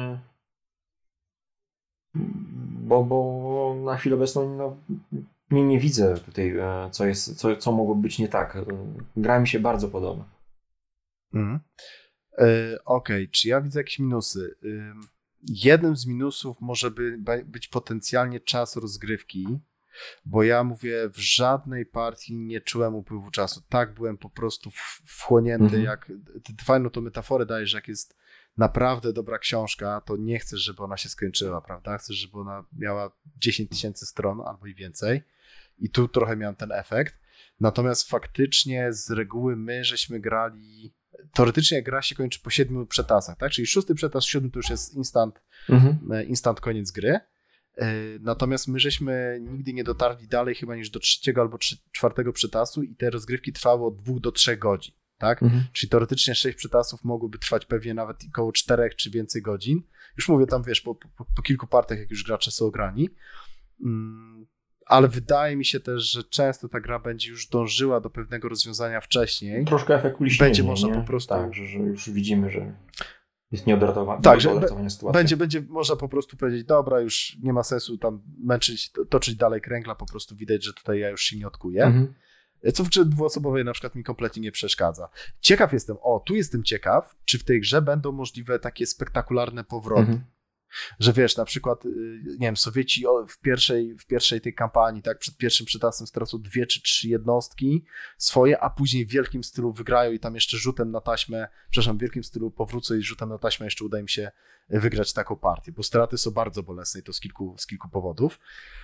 bo, bo na chwilę obecną no, nie, nie widzę tutaj, co, jest, co, co mogło być nie tak. Gra mi się bardzo podoba. Mm. Yy, Okej, okay. Czy ja widzę jakieś minusy? Yy, jednym z minusów może by, być potencjalnie czas rozgrywki, bo ja mówię, w żadnej partii nie czułem upływu czasu. Tak byłem po prostu wchłonięty, mhm. jak ty fajną to metaforę dajesz, że jak jest naprawdę dobra książka, to nie chcesz, żeby ona się skończyła, prawda? Chcesz, żeby ona miała dziesięć tysięcy stron albo i więcej. I tu trochę miałem ten efekt. Natomiast faktycznie z reguły my żeśmy grali, teoretycznie gra się kończy po siedmiu przetasach, tak? Czyli szósty przetas, siódmy to już jest instant, mhm. instant koniec gry. Natomiast my żeśmy nigdy nie dotarli dalej chyba niż do trzeciego albo trzy, czwartego przetasu i te rozgrywki trwały od dwóch do trzech godzin, tak? Mhm. Czyli teoretycznie sześć przetasów mogłyby trwać pewnie nawet około czterech czy więcej godzin. Już mówię tam, wiesz, po, po, po kilku partiach, jak już gracze są grani. Mm, ale wydaje mi się też, że często ta gra będzie już dążyła do pewnego rozwiązania wcześniej. Troszkę efekt uliśnienia, będzie można nie? po prostu... Tak, że, że już widzimy, że... Jest nieodratowana tak, że będzie, będzie można po prostu powiedzieć, dobra, już nie ma sensu tam męczyć, toczyć dalej kręgla, po prostu widać, że tutaj ja już się nie odkuję. Mhm. Co w grze dwuosobowej na przykład mi kompletnie nie przeszkadza. Ciekaw jestem, o, tu jestem ciekaw, czy w tej grze będą możliwe takie spektakularne powroty. Mhm. Że wiesz, na przykład, nie wiem, Sowieci w pierwszej, w pierwszej tej kampanii, tak, przed pierwszym przetasem stracą dwie czy trzy jednostki swoje, a później w wielkim stylu wygrają i tam jeszcze rzutem na taśmę, przepraszam, w wielkim stylu powrócą i rzutem na taśmę jeszcze uda im się wygrać taką partię, bo straty są bardzo bolesne i to z kilku, z kilku powodów.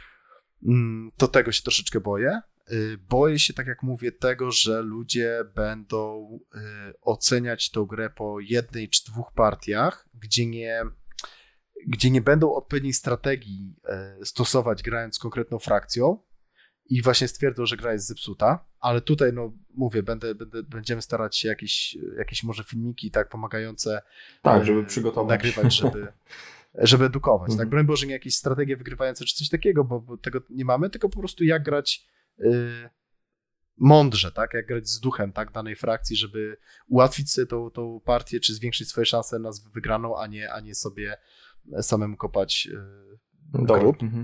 To tego się troszeczkę boję. Boję się, tak jak mówię, tego, że ludzie będą oceniać tą grę po jednej czy dwóch partiach, gdzie nie... gdzie nie będą odpowiedniej strategii stosować grając konkretną frakcją i właśnie stwierdzą, że gra jest zepsuta, ale tutaj, no mówię, będę, będę, będziemy starać się jakieś, jakieś może filmiki tak pomagające tak, żeby przygotować, nagrywać, żeby, żeby edukować. Mhm. Tak, broń Boże, nie jakieś strategie wygrywające czy coś takiego, bo, bo tego nie mamy, tylko po prostu jak grać y, mądrze, tak, jak grać z duchem tak, danej frakcji, żeby ułatwić sobie tą, tą partię, czy zwiększyć swoje szanse na wygraną, a nie, a nie sobie samemu kopać yy, grób. Mhm.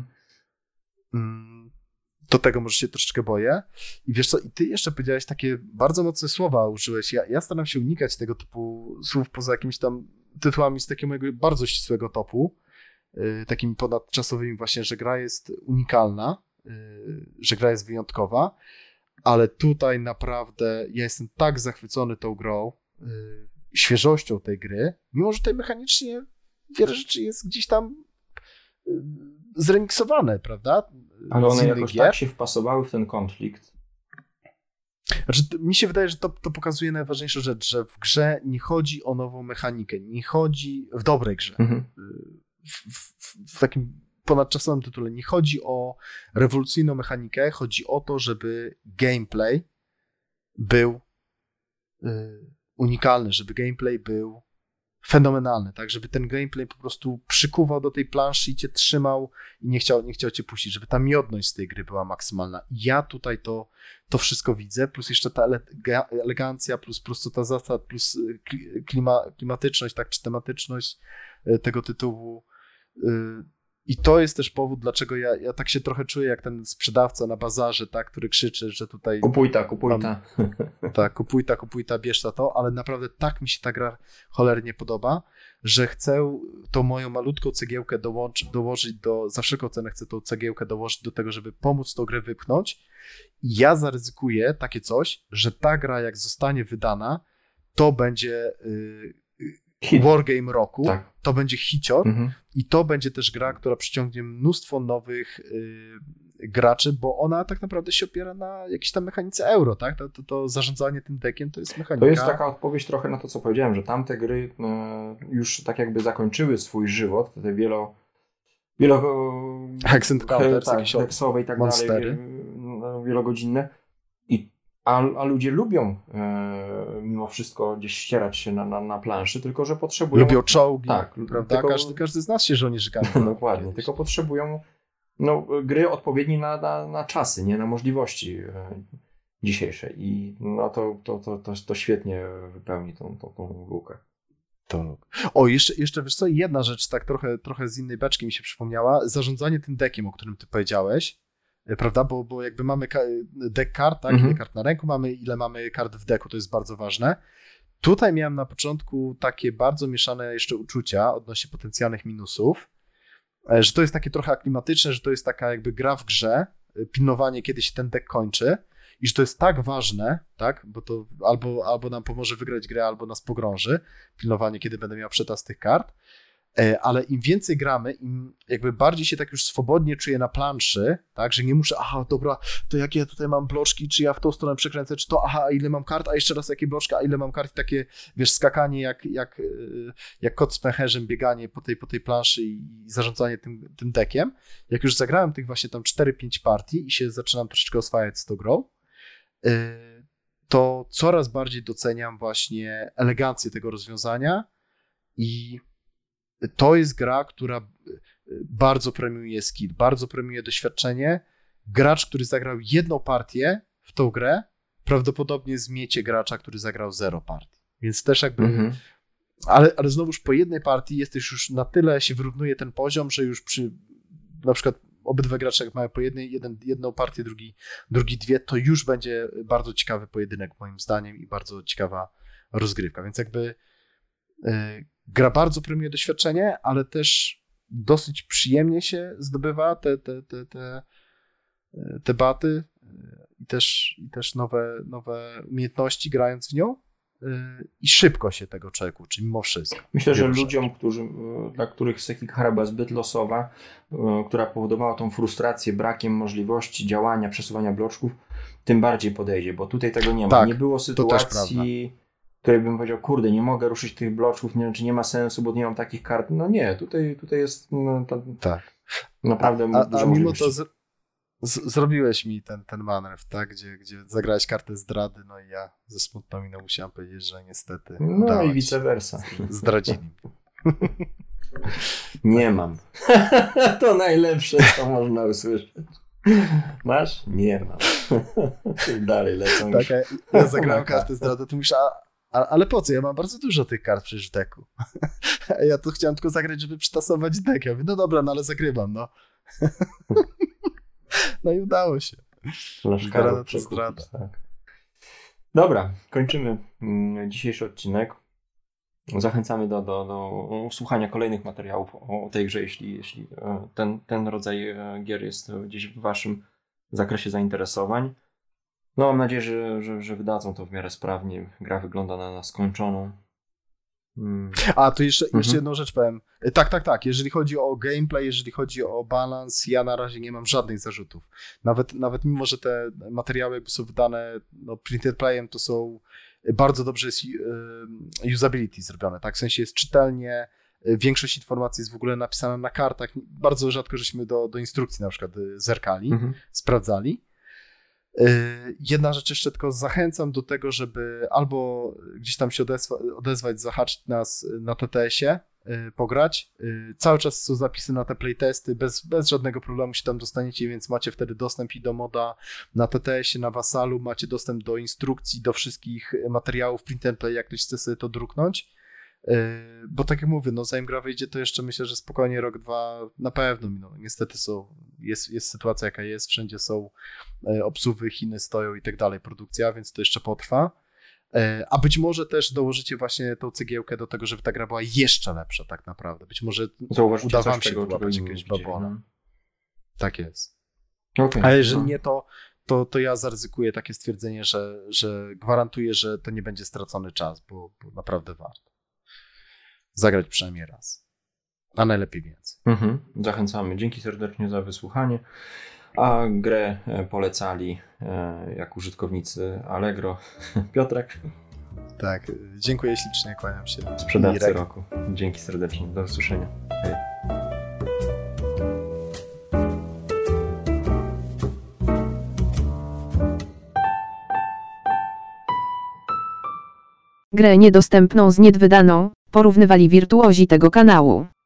Do tego może się troszeczkę boję. I wiesz co, i ty jeszcze powiedziałeś takie bardzo mocne słowa użyłeś. Ja, ja staram się unikać tego typu słów poza jakimiś tam tytułami z takiego mojego bardzo ścisłego topu, yy, takimi ponadczasowymi właśnie, że gra jest unikalna, yy, że gra jest wyjątkowa, ale tutaj naprawdę ja jestem tak zachwycony tą grą, yy, świeżością tej gry, mimo że tutaj mechanicznie wiele rzeczy jest gdzieś tam zremiksowane, prawda? Ale one jakoś gier. Tak się wpasowały w ten konflikt. Znaczy, mi się wydaje, że to, to pokazuje najważniejszą rzecz, że w grze nie chodzi o nową mechanikę, nie chodzi, w dobrej grze, mhm. w, w, w takim ponadczasowym tytule, nie chodzi o rewolucyjną mechanikę, chodzi o to, żeby gameplay był y, unikalny, żeby gameplay był fenomenalny, tak, żeby ten gameplay po prostu przykuwał do tej planszy i cię trzymał i nie chciał, nie chciał cię puścić, żeby ta miodność z tej gry była maksymalna. Ja tutaj to, to wszystko widzę, plus jeszcze ta ele- elegancja, plus prostota zasad, plus klima, klimatyczność, tak, czy tematyczność tego tytułu. I to jest też powód, dlaczego ja, ja tak się trochę czuję jak ten sprzedawca na bazarze, tak, który krzyczy, że tutaj... Kupuj ta, kupuj mam, ta. Tak, kupuj ta, kupuj ta, bierz ta to, ale naprawdę tak mi się ta gra cholernie podoba, że chcę tą moją malutką cegiełkę dołącz, dołożyć do, za wszelką cenę chcę tą cegiełkę dołożyć do tego, żeby pomóc tą grę wypchnąć. I ja zaryzykuję takie coś, że ta gra jak zostanie wydana, to będzie... Yy, Hit. Wargame roku, tak. To będzie hicior mhm. i to będzie też gra, która przyciągnie mnóstwo nowych y, graczy, bo ona tak naprawdę się opiera na jakiejś tam mechanice euro, tak? To, to, to zarządzanie tym deckiem to jest mechanika. To jest taka odpowiedź trochę na to, co powiedziałem, że tamte gry y, już tak jakby zakończyły swój żywot, te wielo... wielo Hex and Counters, tak, jakieś hexowe i tak monstery. dalej, y, wielogodzinne. I A, a ludzie lubią e, mimo wszystko gdzieś ścierać się na, na, na planszy, tylko że potrzebują... Lubią czołgi, tak, prawda? Tylko, każdy, każdy z nas się żołnierzykami. Dokładnie, tylko potrzebują no, gry odpowiednie na, na, na czasy, nie na możliwości e, dzisiejsze. I no, to, to, to, to, to świetnie wypełni tą, tą, tą lukę. To. O, jeszcze, jeszcze wiesz co, jedna rzecz, tak trochę, trochę z innej beczki mi się przypomniała. Zarządzanie tym deckiem, o którym ty powiedziałeś. Prawda, bo, bo jakby mamy deck kart, tak, mhm. ile kart na ręku mamy, ile mamy kart w decku, to jest bardzo ważne. Tutaj miałem na początku takie bardzo mieszane jeszcze uczucia odnośnie potencjalnych minusów, że to jest takie trochę aklimatyczne, że to jest taka jakby gra w grze, pilnowanie, kiedy się ten deck kończy i że to jest tak ważne, tak, bo to albo, albo nam pomoże wygrać grę, albo nas pogrąży, pilnowanie, kiedy będę miał przetas tych kart. Ale im więcej gramy, im jakby bardziej się tak już swobodnie czuję na planszy, tak, że nie muszę, aha, dobra, to jakie ja tutaj mam bloczki, czy ja w tą stronę przekręcę, czy to, aha, a ile mam kart, a jeszcze raz jakie bloczki, a ile mam kart, takie, wiesz, skakanie jak, jak, jak kot z pęcherzem, bieganie po tej, po tej planszy i, i zarządzanie tym, tym deckiem. Jak już zagrałem tych właśnie tam cztery pięć partii i się zaczynam troszeczkę oswajać z tą grą, to coraz bardziej doceniam właśnie elegancję tego rozwiązania i to jest gra, która bardzo premiuje skill, bardzo premiuje doświadczenie. Gracz, który zagrał jedną partię w tą grę, prawdopodobnie zmiecie gracza, który zagrał zero partii. Więc też jakby... Mhm. Ale, ale znowuż po jednej partii jesteś już na tyle, się wyrównuje ten poziom, że już przy na przykład obydwa gracze jak mają po jednej, jeden, jedną partię, drugi, drugi dwie, to już będzie bardzo ciekawy pojedynek moim zdaniem i bardzo ciekawa rozgrywka. Więc jakby... Yy, gra bardzo premiuje doświadczenie, ale też dosyć przyjemnie się zdobywa te, te, te, te, te baty i też, i też nowe, nowe umiejętności grając w nią i szybko się tego czeka uczy, mimo wszystko. Myślę, że ludziom, którzy, dla których Sekigahara była zbyt losowa, która powodowała tą frustrację brakiem możliwości działania, przesuwania bloczków, tym bardziej podejdzie, bo tutaj tego nie ma. Tak, nie było sytuacji, której bym powiedział, kurde, nie mogę ruszyć tych bloczków, nie wiem, czy nie ma sensu, bo nie mam takich kart. No nie, tutaj, tutaj jest no, to, tak. naprawdę a, a, dużo a mimo możliwości. to z, z, zrobiłeś mi ten, ten manewr, tak? Gdzie, gdzie zagrałeś kartę zdrady, no i ja ze smutną miną musiałem powiedzieć, że niestety no i vice versa. Zdradzili. Nie mam. To najlepsze, co można usłyszeć. Masz? Nie mam. Dalej lecą. Tak, ja, ja zagrałem kartę zdrady, to mówisz, a A, ale po co? Ja mam bardzo dużo tych kart przecież w deku. Ja to chciałem tylko zagrać, żeby przytasować deck. Ja mówię, no dobra, no ale zagrywam, no. No i udało się. Gra to zdrada. Tak. Dobra, kończymy dzisiejszy odcinek. Zachęcamy do, do, do słuchania kolejnych materiałów o tej grze, jeśli, jeśli ten, ten rodzaj gier jest gdzieś w waszym zakresie zainteresowań. No mam nadzieję, że, że, że wydadzą to w miarę sprawnie. Gra wygląda na, na skończoną. Hmm. A, tu jeszcze, mhm. jeszcze jedną rzecz powiem. Tak, tak, tak. Jeżeli chodzi o gameplay, jeżeli chodzi o balans, ja na razie nie mam żadnych zarzutów. Nawet, nawet mimo, że te materiały jakby są wydane no, printed playem, to są bardzo dobrze jest usability zrobione. Tak? W sensie jest czytelnie, większość informacji jest w ogóle napisana na kartach. Bardzo rzadko żeśmy do, do instrukcji na przykład zerkali, mhm. sprawdzali. Jedna rzecz jeszcze tylko zachęcam do tego, żeby albo gdzieś tam się odezwa, odezwać, zahaczyć nas na T T S-ie, pograć. Cały czas są zapisy na te playtesty, bez, bez żadnego problemu się tam dostaniecie, więc macie wtedy dostęp i do moda na T T S-ie, na Vasalu, macie dostęp do instrukcji, do wszystkich materiałów print and play, jak ktoś chce sobie to druknąć. Bo tak jak mówię, no zanim gra wyjdzie, to jeszcze myślę, że spokojnie rok, dwa na pewno miną. Niestety są, jest, jest sytuacja jaka jest, wszędzie są obsuwy, Chiny stoją i tak dalej, produkcja, więc to jeszcze potrwa. A być może też dołożycie właśnie tą cegiełkę do tego, żeby ta gra była jeszcze lepsza tak naprawdę. Być może Zauważycie uda wam się tego, wyłapać jakiegoś babona. Tak jest. Okay. A jeżeli no. nie, to, to, to ja zaryzykuję takie stwierdzenie, że, że gwarantuję, że to nie będzie stracony czas, bo, bo naprawdę warto. Zagrać przynajmniej raz. A najlepiej więcej. Mhm. Zachęcamy. Dzięki serdecznie za wysłuchanie. A grę polecali jak użytkownicy Allegro Piotrek. Tak, dziękuję ślicznie, kłaniam się. Sprzedawcy Mirek. Roku. Dzięki serdecznie. Do usłyszenia. Hej. Grę niedostępną z niewydaną porównywali wirtuozi tego kanału.